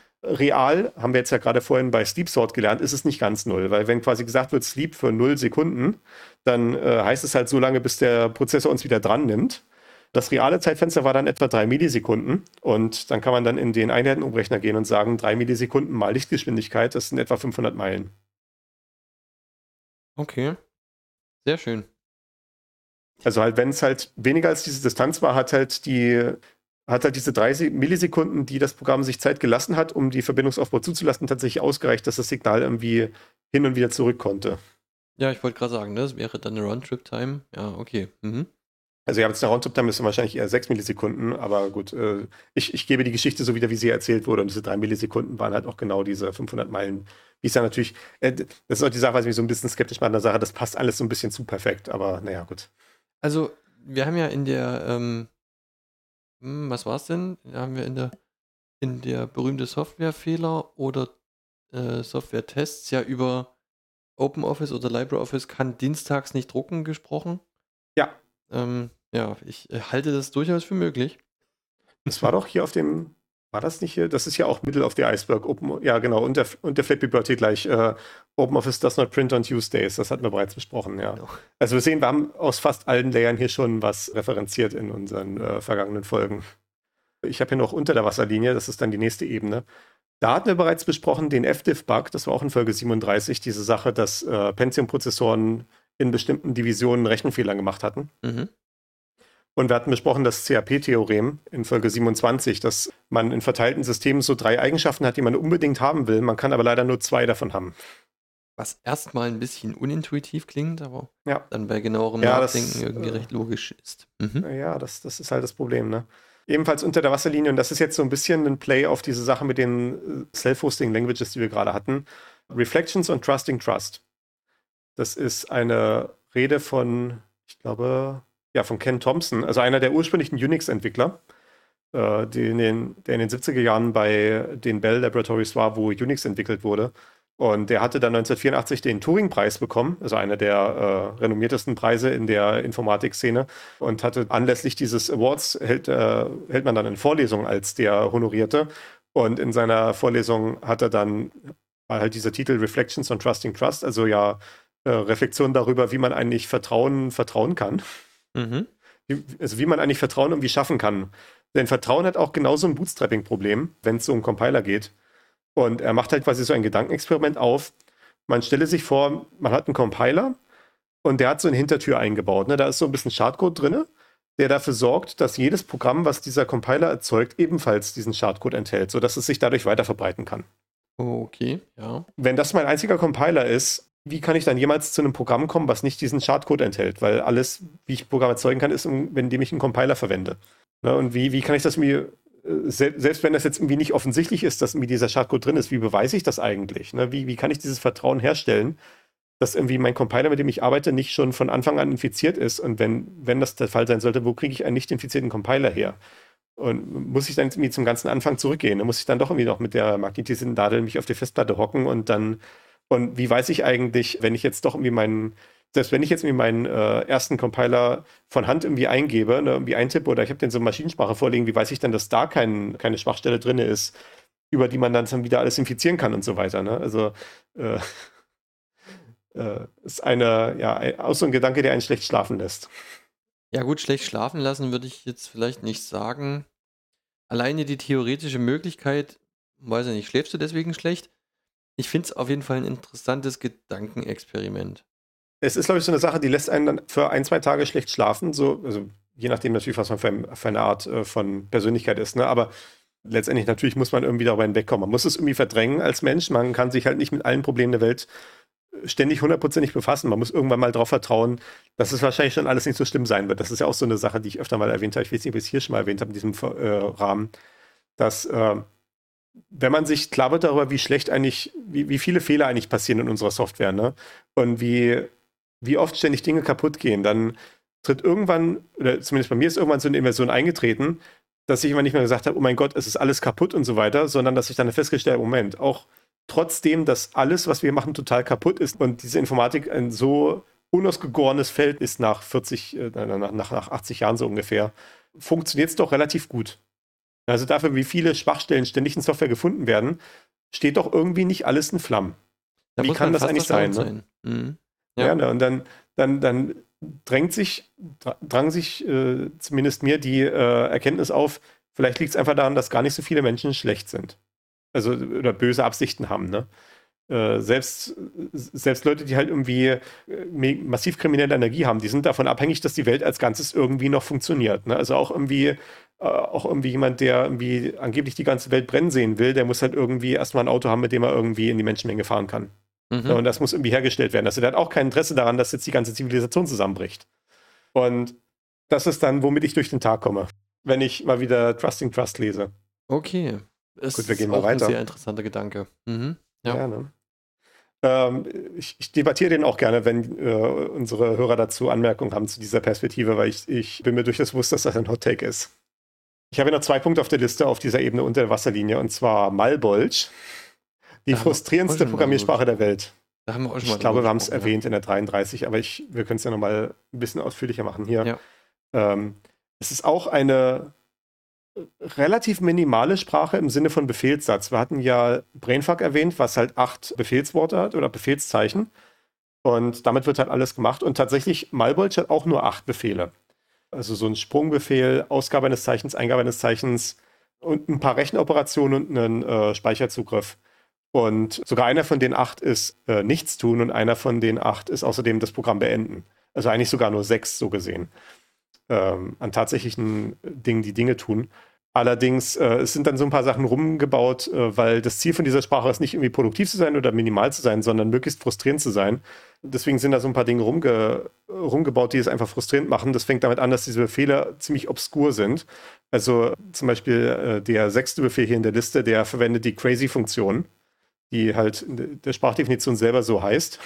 Real, haben wir jetzt ja gerade vorhin bei SleepSort gelernt, ist es nicht ganz 0, weil wenn quasi gesagt wird Sleep für 0 Sekunden, dann heißt es halt so lange, bis der Prozessor uns wieder dran nimmt. Das reale Zeitfenster war dann etwa 3 Millisekunden, und dann kann man dann in den Einheitenumrechner gehen und sagen, 3 Millisekunden mal Lichtgeschwindigkeit, das sind etwa 500 Meilen. Okay. Sehr schön. Also halt, wenn es halt weniger als diese Distanz war, hat halt diese 30 Millisekunden, die das Programm sich Zeit gelassen hat, um die Verbindungsaufbau zuzulassen, tatsächlich ausgereicht, dass das Signal irgendwie hin und wieder zurück konnte. Ja, ich wollte gerade sagen, das wäre dann eine Roundtrip-Time. Ja, okay. Mhm. Also ja, jetzt eine Roundtrip-Time ist wahrscheinlich eher 6 Millisekunden, aber gut, ich gebe die Geschichte so wieder, wie sie erzählt wurde, und diese 3 Millisekunden waren halt auch genau diese 500 Meilen. Wie es ja natürlich, das ist auch die Sache, was mich so ein bisschen skeptisch macht an der Sache, das passt alles so ein bisschen zu perfekt, aber naja, gut. Also, wir haben ja in der, was war es denn? Da haben wir in der berühmte Softwarefehler oder Software-Tests ja über OpenOffice oder LibreOffice kann dienstags nicht drucken gesprochen. Ja. Ja, ich halte das durchaus für möglich. Das war doch hier auf dem, war das nicht hier? Das ist ja auch Middle of the Iceberg. Ja, genau, und der Flat Bibliothek gleich. OpenOffice does not print on Tuesdays. Das hatten wir bereits besprochen, ja. Genau. Also wir sehen, wir haben aus fast allen Layern hier schon was referenziert in unseren vergangenen Folgen. Ich habe hier noch unter der Wasserlinie, das ist dann die nächste Ebene. Da hatten wir bereits besprochen den FDiff-Bug, das war auch in Folge 37, diese Sache, dass Pentium-Prozessoren in bestimmten Divisionen Rechenfehler gemacht hatten. Mhm. Und wir hatten besprochen das CAP-Theorem in Folge 27, dass man in verteilten Systemen so 3 Eigenschaften hat, die man unbedingt haben will. Man kann aber leider nur 2 davon haben. Was erstmal ein bisschen unintuitiv klingt, aber ja, dann bei genauerem Nachdenken irgendwie recht logisch ist. Mhm. Ja, das ist halt das Problem, ne? Ebenfalls unter der Wasserlinie, und das ist jetzt so ein bisschen ein Play auf diese Sache mit den Self-Hosting-Languages, die wir gerade hatten. Reflections on Trusting Trust. Das ist eine Rede von, ich glaube, ja, von Ken Thompson, also einer der ursprünglichen Unix-Entwickler, der in den 70er Jahren bei den Bell Laboratories war, wo Unix entwickelt wurde. Und der hatte dann 1984 den Turing-Preis bekommen, also einer der renommiertesten Preise in der Informatik-Szene, und hatte anlässlich dieses Awards hält man dann eine Vorlesung als der Honorierte. Und in seiner Vorlesung war halt dieser Titel Reflections on Trusting Trust, also ja, Reflexion darüber, wie man eigentlich vertrauen kann. Mhm. Wie man eigentlich Vertrauen irgendwie schaffen kann. Denn Vertrauen hat auch genauso ein Bootstrapping-Problem, wenn es so um Compiler geht. Und er macht halt quasi so ein Gedankenexperiment auf. Man stelle sich vor, man hat einen Compiler und der hat so eine Hintertür eingebaut. Ne? Da ist so ein bisschen Schadcode drin, der dafür sorgt, dass jedes Programm, was dieser Compiler erzeugt, ebenfalls diesen Schadcode enthält, sodass es sich dadurch weiter verbreiten kann. Okay, ja. Wenn das mein einziger Compiler ist, wie kann ich dann jemals zu einem Programm kommen, was nicht diesen Schadcode enthält? Weil alles, wie ich Programm erzeugen kann, ist, indem ich einen Compiler verwende. Ne? Und wie kann ich das mir, selbst wenn das jetzt irgendwie nicht offensichtlich ist, dass irgendwie dieser Schadcode drin ist, wie beweise ich das eigentlich? Ne? Wie kann ich dieses Vertrauen herstellen, dass irgendwie mein Compiler, mit dem ich arbeite, nicht schon von Anfang an infiziert ist? Und wenn das der Fall sein sollte, wo kriege ich einen nicht infizierten Compiler her? Und muss ich dann irgendwie zum ganzen Anfang zurückgehen? Dann muss ich dann doch irgendwie noch mit der magnetisierten Nadel mich auf die Festplatte hocken und wie weiß ich eigentlich, wenn ich jetzt doch irgendwie selbst wenn ich jetzt irgendwie meinen ersten Compiler von Hand irgendwie eingebe, ne, irgendwie eintippe oder ich habe den so in Maschinensprache vorliegen, wie weiß ich denn, dass da keine Schwachstelle drin ist, über die man dann wieder alles infizieren kann und so weiter. Ne? Also ist auch so ein Gedanke, der einen schlecht schlafen lässt. Ja gut, schlecht schlafen lassen würde ich jetzt vielleicht nicht sagen. Alleine die theoretische Möglichkeit, weiß ich nicht, schläfst du deswegen schlecht? Ich finde es auf jeden Fall ein interessantes Gedankenexperiment. Es ist, glaube ich, so eine Sache, die lässt einen dann für 1-2 Tage schlecht schlafen, so, also je nachdem natürlich, was man für eine Art von Persönlichkeit ist, ne? Aber letztendlich natürlich muss man irgendwie darüber hinwegkommen. Man muss es irgendwie verdrängen als Mensch. Man kann sich halt nicht mit allen Problemen der Welt ständig 100%ig befassen. Man muss irgendwann mal darauf vertrauen, dass es wahrscheinlich schon alles nicht so schlimm sein wird. Das ist ja auch so eine Sache, die ich öfter mal erwähnt habe. Ich weiß nicht, ob ich es hier schon mal erwähnt habe in diesem Rahmen, dass wenn man sich klar wird darüber, wie schlecht eigentlich, wie viele Fehler eigentlich passieren in unserer Software, ne? Und wie oft ständig Dinge kaputt gehen, dann tritt irgendwann, oder zumindest bei mir ist irgendwann so eine Inversion eingetreten, dass ich immer nicht mehr gesagt habe, oh mein Gott, es ist alles kaputt und so weiter, sondern dass ich dann festgestellt habe, Moment, auch trotzdem, dass alles, was wir machen, total kaputt ist und diese Informatik ein so unausgegorenes Feld ist nach 80 Jahren so ungefähr, funktioniert es doch relativ gut. Also dafür, wie viele Schwachstellen ständig in Software gefunden werden, steht doch irgendwie nicht alles in Flammen. Da wie kann das eigentlich sein? Ne? Mhm. Ja, ne? Und dann drang sich zumindest mir die Erkenntnis auf, vielleicht liegt es einfach daran, dass gar nicht so viele Menschen schlecht sind. Also, oder böse Absichten haben, ne? Selbst Leute, die halt irgendwie massiv kriminelle Energie haben, die sind davon abhängig, dass die Welt als Ganzes irgendwie noch funktioniert. Ne? Also auch irgendwie jemand, der irgendwie angeblich die ganze Welt brennen sehen will, der muss halt irgendwie erstmal ein Auto haben, mit dem er irgendwie in die Menschenmenge fahren kann. Mhm. Ja, und das muss irgendwie hergestellt werden. Also der hat auch kein Interesse daran, dass jetzt die ganze Zivilisation zusammenbricht. Und das ist dann, womit ich durch den Tag komme, wenn ich mal wieder Trusting Trust lese. Okay. Gut, wir gehen ist mal auch weiter. ein sehr interessanter Gedanke. Mhm. Ja. Ja, ne? Ich debattiere den auch gerne, wenn unsere Hörer dazu Anmerkungen haben zu dieser Perspektive, weil ich bin mir durchaus bewusst, dass das ein Hot Take ist. Ich habe ja noch 2 Punkte auf der Liste auf dieser Ebene unter der Wasserlinie, und zwar Malbolge, die frustrierendste Programmiersprache der Welt. Da haben wir auch schon mal Ich glaube, wir haben es gesprochen, erwähnt in der 33, aber wir können es ja nochmal ein bisschen ausführlicher machen hier. Ja. Es ist auch eine relativ minimale Sprache im Sinne von Befehlssatz. Wir hatten ja Brainfuck erwähnt, was halt 8 Befehlsworte hat oder Befehlszeichen. Und damit wird halt alles gemacht. Und tatsächlich, Malbolge hat auch nur 8 Befehle. Also so ein Sprungbefehl, Ausgabe eines Zeichens, Eingabe eines Zeichens und ein paar Rechenoperationen und einen Speicherzugriff. Und sogar einer von den 8 ist nichts tun und einer von den 8 ist außerdem das Programm beenden. Also eigentlich sogar nur 6 so gesehen. An tatsächlichen Dingen, die Dinge tun. Allerdings, es sind dann so ein paar Sachen rumgebaut, weil das Ziel von dieser Sprache ist nicht irgendwie produktiv zu sein oder minimal zu sein, sondern möglichst frustrierend zu sein. Deswegen sind da so ein paar Dinge rumgebaut, die es einfach frustrierend machen. Das fängt damit an, dass diese Befehle ziemlich obskur sind. Also zum Beispiel der 6. Befehl hier in der Liste, der verwendet die Crazy-Funktion, die halt in der Sprachdefinition selber so heißt.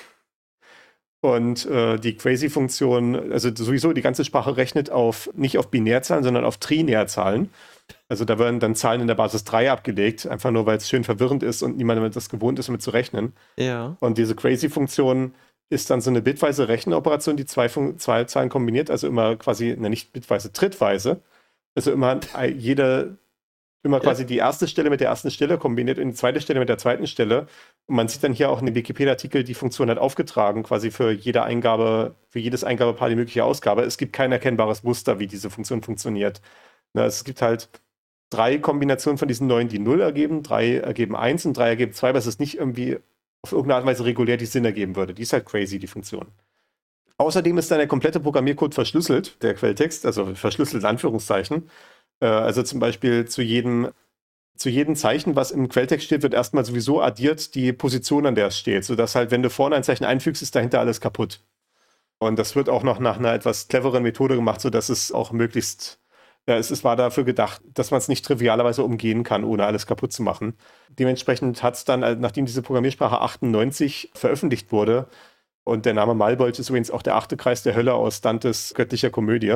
Und die Crazy-Funktion, also sowieso die ganze Sprache rechnet nicht auf Binärzahlen, sondern auf Trinärzahlen. Also da werden dann Zahlen in der Basis 3 abgelegt, einfach nur, weil es schön verwirrend ist und niemand das gewohnt ist, damit zu rechnen. Ja. Und diese Crazy-Funktion ist dann so eine bitweise Rechenoperation, die zwei Zahlen kombiniert, also immer quasi, nicht bitweise, trittweise. Also immer jede immer quasi die erste Stelle mit der ersten Stelle kombiniert und die zweite Stelle mit der zweiten Stelle. Und man sieht dann hier auch in dem Wikipedia-Artikel, die Funktion hat aufgetragen, quasi für jede Eingabe, für jedes Eingabepaar die mögliche Ausgabe. Es gibt kein erkennbares Muster, wie diese Funktion funktioniert. Es gibt halt 3 Kombinationen von diesen 9, die 0 ergeben, 3 ergeben 1 und 3 ergeben 2, was es nicht irgendwie auf irgendeine Art und Weise regulär die Sinn ergeben würde. Die ist halt crazy, die Funktion. Außerdem ist dann der komplette Programmiercode verschlüsselt, der Quelltext, also verschlüsselt in Anführungszeichen. Also zum Beispiel zu jedem Zeichen, was im Quelltext steht, wird erstmal sowieso addiert die Position, an der es steht, sodass halt, wenn du vorne ein Zeichen einfügst, ist dahinter alles kaputt. Und das wird auch noch nach einer etwas cleveren Methode gemacht, sodass es auch möglichst, es war dafür gedacht, dass man es nicht trivialerweise umgehen kann, ohne alles kaputt zu machen. Dementsprechend hat es dann, nachdem diese Programmiersprache 98 veröffentlicht wurde, und der Name Malbolge ist übrigens auch der 8. Kreis der Hölle aus Dantes göttlicher Komödie,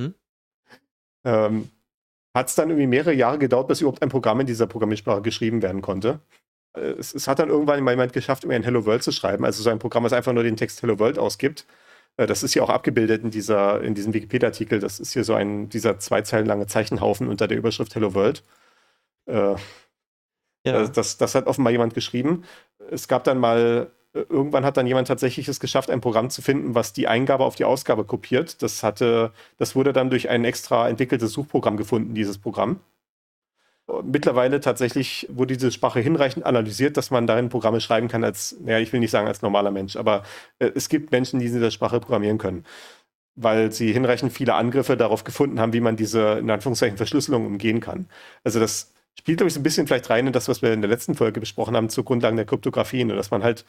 hat es dann irgendwie mehrere Jahre gedauert, bis überhaupt ein Programm in dieser Programmiersprache geschrieben werden konnte. Es hat dann irgendwann mal jemand geschafft, ein Hello World zu schreiben, also so ein Programm, was einfach nur den Text Hello World ausgibt. Das ist hier auch abgebildet in diesem Wikipedia-Artikel. Das ist hier so dieser 2 Zeilen lange Zeichenhaufen unter der Überschrift Hello World. Das hat offenbar jemand geschrieben. Es gab dann mal, irgendwann hat dann jemand tatsächlich es geschafft, ein Programm zu finden, was die Eingabe auf die Ausgabe kopiert. Das wurde dann durch ein extra entwickeltes Suchprogramm gefunden, dieses Programm. Mittlerweile tatsächlich wurde diese Sprache hinreichend analysiert, dass man darin Programme schreiben kann ich will nicht sagen als normaler Mensch, aber es gibt Menschen, die in dieser Sprache programmieren können, weil sie hinreichend viele Angriffe darauf gefunden haben, wie man diese, in Anführungszeichen, Verschlüsselung umgehen kann. Also das spielt, glaube ich, so ein bisschen vielleicht rein in das, was wir in der letzten Folge besprochen haben, zu Grundlagen der Kryptographie, dass man halt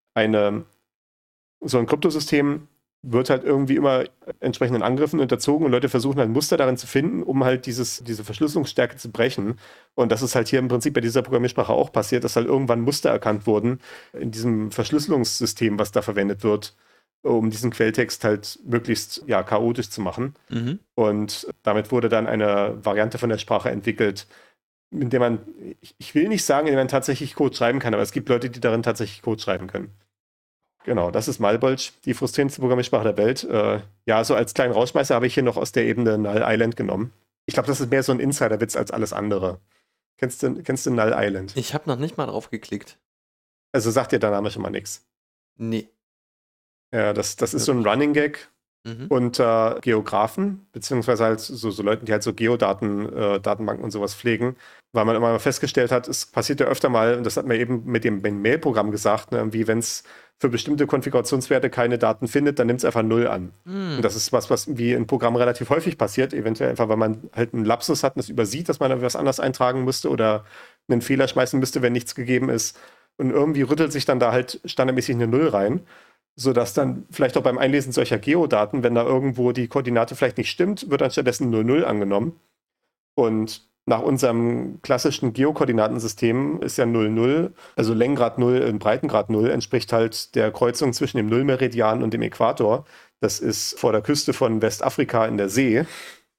so ein Kryptosystem wird halt irgendwie immer entsprechenden Angriffen unterzogen und Leute versuchen halt Muster darin zu finden, um halt diese Verschlüsselungsstärke zu brechen. Und das ist halt hier im Prinzip bei dieser Programmiersprache auch passiert, dass halt irgendwann Muster erkannt wurden in diesem Verschlüsselungssystem, was da verwendet wird, um diesen Quelltext halt möglichst chaotisch zu machen. Und damit wurde dann eine Variante von der Sprache entwickelt, in der man, ich will nicht sagen, in der man tatsächlich Code schreiben kann, aber es gibt Leute, die darin tatsächlich Code schreiben können. Genau, das ist Malbolge, die frustrierendste Programmiersprache der Welt. So als kleinen Rausschmeißer habe ich hier noch aus der Ebene Null Island genommen. Ich glaube, das ist mehr so ein Insiderwitz als alles andere. Kennst du Null Island? Ich habe noch nicht mal drauf geklickt. Also sagt dir der Name schon mal nichts? Nee. Ja, das ist so ein Running Gag unter Geografen, beziehungsweise halt so Leuten, die halt so Datenbanken und sowas pflegen, weil man immer festgestellt hat, es passiert ja öfter mal, und das hat man eben mit dem Mail-Programm gesagt, wie wenn es für bestimmte Konfigurationswerte keine Daten findet, dann nimmt es einfach 0 an. Und das ist was wie in Programmen relativ häufig passiert, eventuell einfach, weil man halt einen Lapsus hat und es übersieht, dass man da was anderes eintragen müsste oder einen Fehler schmeißen müsste, wenn nichts gegeben ist. Und irgendwie rüttelt sich dann da halt standardmäßig eine 0 rein, sodass dann vielleicht auch beim Einlesen solcher Geodaten, wenn da irgendwo die Koordinate vielleicht nicht stimmt, wird dann stattdessen 00 angenommen. Und nach unserem klassischen Geokoordinatensystem ist ja 00, also Längengrad 0 und Breitengrad 0, entspricht halt der Kreuzung zwischen dem Nullmeridian und dem Äquator. Das ist vor der Küste von Westafrika in der See.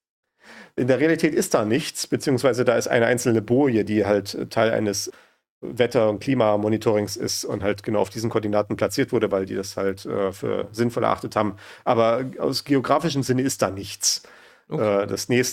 In der Realität ist da nichts, beziehungsweise da ist eine einzelne Boje, die halt Teil eines Wetter- und Klimamonitorings ist und halt genau auf diesen Koordinaten platziert wurde, weil die das halt für sinnvoll erachtet haben. Aber aus geografischem Sinne ist da nichts. Okay.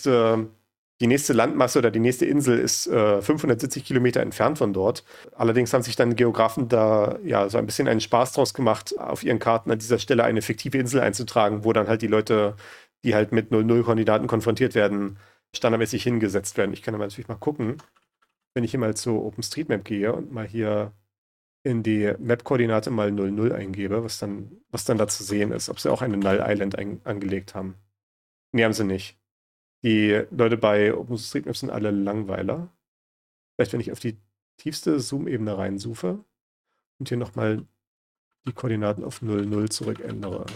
Die nächste Landmasse oder die nächste Insel ist 570 Kilometer entfernt von dort. Allerdings haben sich dann Geografen da so ein bisschen einen Spaß draus gemacht, auf ihren Karten an dieser Stelle eine fiktive Insel einzutragen, wo dann halt die Leute, die halt mit 00-Koordinaten konfrontiert werden, standardmäßig hingesetzt werden. Ich kann aber natürlich mal gucken, wenn ich hier mal zu OpenStreetMap gehe und mal hier in die Map-Koordinate mal 00 eingebe, was dann da zu sehen ist, ob sie auch eine Null Island angelegt haben. Nee, haben sie nicht. Die Leute bei OpenStreetMap sind alle Langweiler. Vielleicht, wenn ich auf die tiefste Zoom-Ebene reinsuche und hier nochmal die Koordinaten auf 00 zurückändere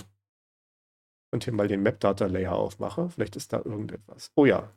und hier mal den Map-Data-Layer aufmache, vielleicht ist da irgendetwas. Oh ja.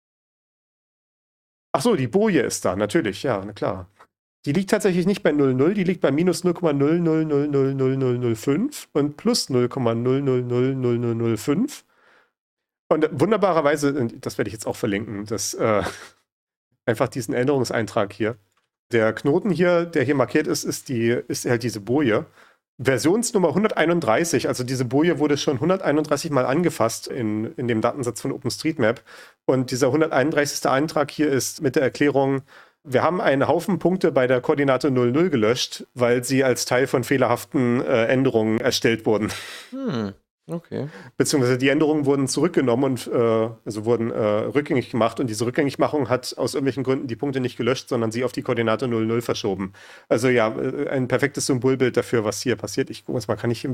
Ach so, die Boje ist da, natürlich, ja, na klar. Die liegt tatsächlich nicht bei 00, die liegt bei minus 0,0000005 und plus 0,0000005. Und wunderbarerweise, das werde ich jetzt auch verlinken, einfach diesen Änderungseintrag hier. Der Knoten hier, der hier markiert ist halt diese Boje. Versionsnummer 131, also diese Boje wurde schon 131 Mal angefasst in dem Datensatz von OpenStreetMap. Und dieser 131. Eintrag hier ist mit der Erklärung, wir haben einen Haufen Punkte bei der Koordinate 00 gelöscht, weil sie als Teil von fehlerhaften Änderungen erstellt wurden. Okay. Beziehungsweise die Änderungen wurden zurückgenommen und also wurden rückgängig gemacht. Und diese Rückgängigmachung hat aus irgendwelchen Gründen die Punkte nicht gelöscht, sondern sie auf die Koordinate 00 verschoben. Also ja, ein perfektes Symbolbild dafür, was hier passiert. Ich gucke jetzt mal, kann ich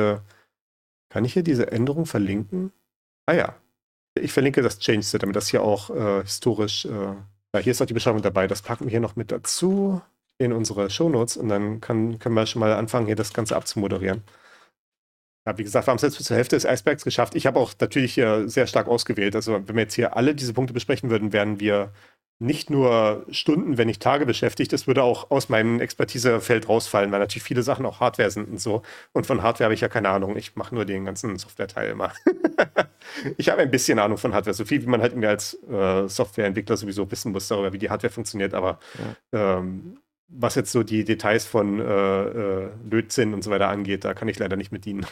hier diese Änderung verlinken? Ah ja. Ich verlinke das Change-Set, damit das hier auch historisch, ja, hier ist auch die Beschreibung dabei. Das packen wir hier noch mit dazu in unsere Shownotes und dann können wir schon mal anfangen, hier das Ganze abzumoderieren. Ja, wie gesagt, wir haben es jetzt bis zur Hälfte des Eisbergs geschafft. Ich habe auch natürlich sehr stark ausgewählt. Also wenn wir jetzt hier alle diese Punkte besprechen würden, wären wir nicht nur Stunden, wenn nicht Tage beschäftigt. Das würde auch aus meinem Expertisefeld rausfallen, weil natürlich viele Sachen auch Hardware sind und so. Und von Hardware habe ich ja keine Ahnung. Ich mache nur den ganzen Software-Teil immer. Ich habe ein bisschen Ahnung von Hardware. So viel, wie man halt irgendwie als Softwareentwickler sowieso wissen muss darüber, wie die Hardware funktioniert. Aber was jetzt so die Details von Lötzinn und so weiter angeht, da kann ich leider nicht mit dienen.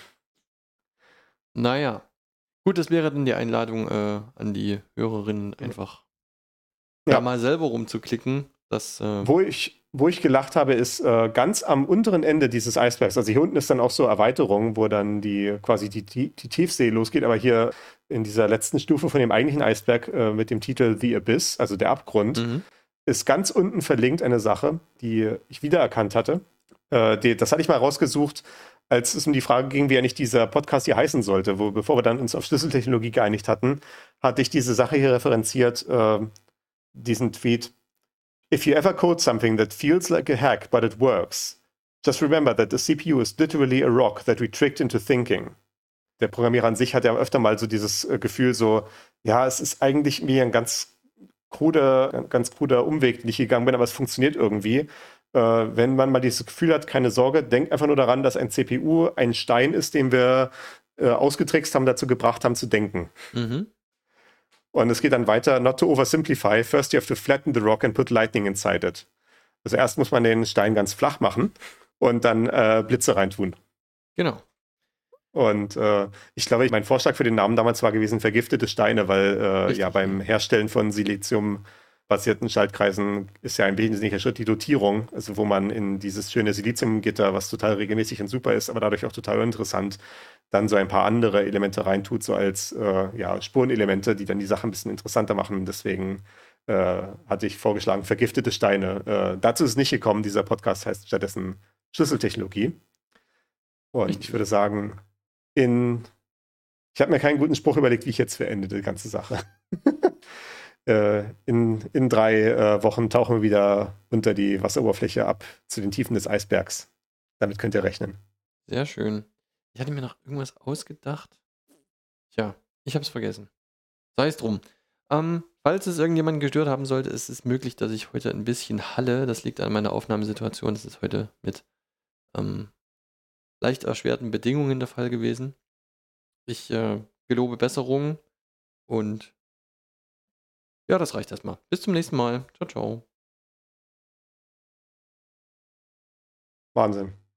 Naja. Gut, das wäre dann die Einladung an die Hörerinnen, einfach da mal selber rumzuklicken. Wo ich gelacht habe, ist ganz am unteren Ende dieses Eisbergs. Also hier unten ist dann auch so Erweiterung, wo dann quasi die Tiefsee losgeht. Aber hier in dieser letzten Stufe von dem eigentlichen Eisberg mit dem Titel The Abyss, also der Abgrund, ist ganz unten verlinkt eine Sache, die ich wiedererkannt hatte. Das hatte ich mal rausgesucht, als es um die Frage ging, wie eigentlich dieser Podcast hier heißen sollte. Bevor wir dann uns auf Schlüsseltechnologie geeinigt hatten, hatte ich diese Sache hier referenziert, diesen Tweet. If you ever code something that feels like a hack, but it works, just remember that the CPU is literally a rock that we tricked into thinking. Der Programmierer an sich hat ja öfter mal so dieses Gefühl so, ja, es ist eigentlich mir ein ganz kruder Umweg, den ich gegangen bin, aber es funktioniert irgendwie. Wenn man mal dieses Gefühl hat, keine Sorge, denkt einfach nur daran, dass ein CPU ein Stein ist, den wir ausgetrickst haben, dazu gebracht haben zu denken. Und es geht dann weiter, not to oversimplify, first you have to flatten the rock and put lightning inside it. Also erst muss man den Stein ganz flach machen und dann Blitze reintun. Genau. Und ich glaube, mein Vorschlag für den Namen damals war gewesen, vergiftete Steine, weil beim Herstellen von Silizium-basierten Schaltkreisen ist ja ein wesentlicher Schritt die Dotierung, also wo man in dieses schöne Siliziumgitter, was total regelmäßig und super ist, aber dadurch auch total uninteressant, dann so ein paar andere Elemente reintut, so als Spurenelemente, die dann die Sache ein bisschen interessanter machen. Und deswegen hatte ich vorgeschlagen, vergiftete Steine. Dazu ist es nicht gekommen. Dieser Podcast heißt stattdessen Schlüsseltechnologie. Und ich würde sagen, ich habe mir keinen guten Spruch überlegt, wie ich jetzt verende die ganze Sache. In 3 Wochen tauchen wir wieder unter die Wasseroberfläche ab zu den Tiefen des Eisbergs. Damit könnt ihr rechnen. Sehr schön. Ich hatte mir noch irgendwas ausgedacht. Tja, ich habe es vergessen. Sei es drum. Falls es irgendjemanden gestört haben sollte, ist es möglich, dass ich heute ein bisschen halle. Das liegt an meiner Aufnahmesituation. Das ist heute mit leicht erschwerten Bedingungen der Fall gewesen. Ich gelobe Besserung und ja, das reicht erstmal. Bis zum nächsten Mal. Ciao, ciao. Wahnsinn.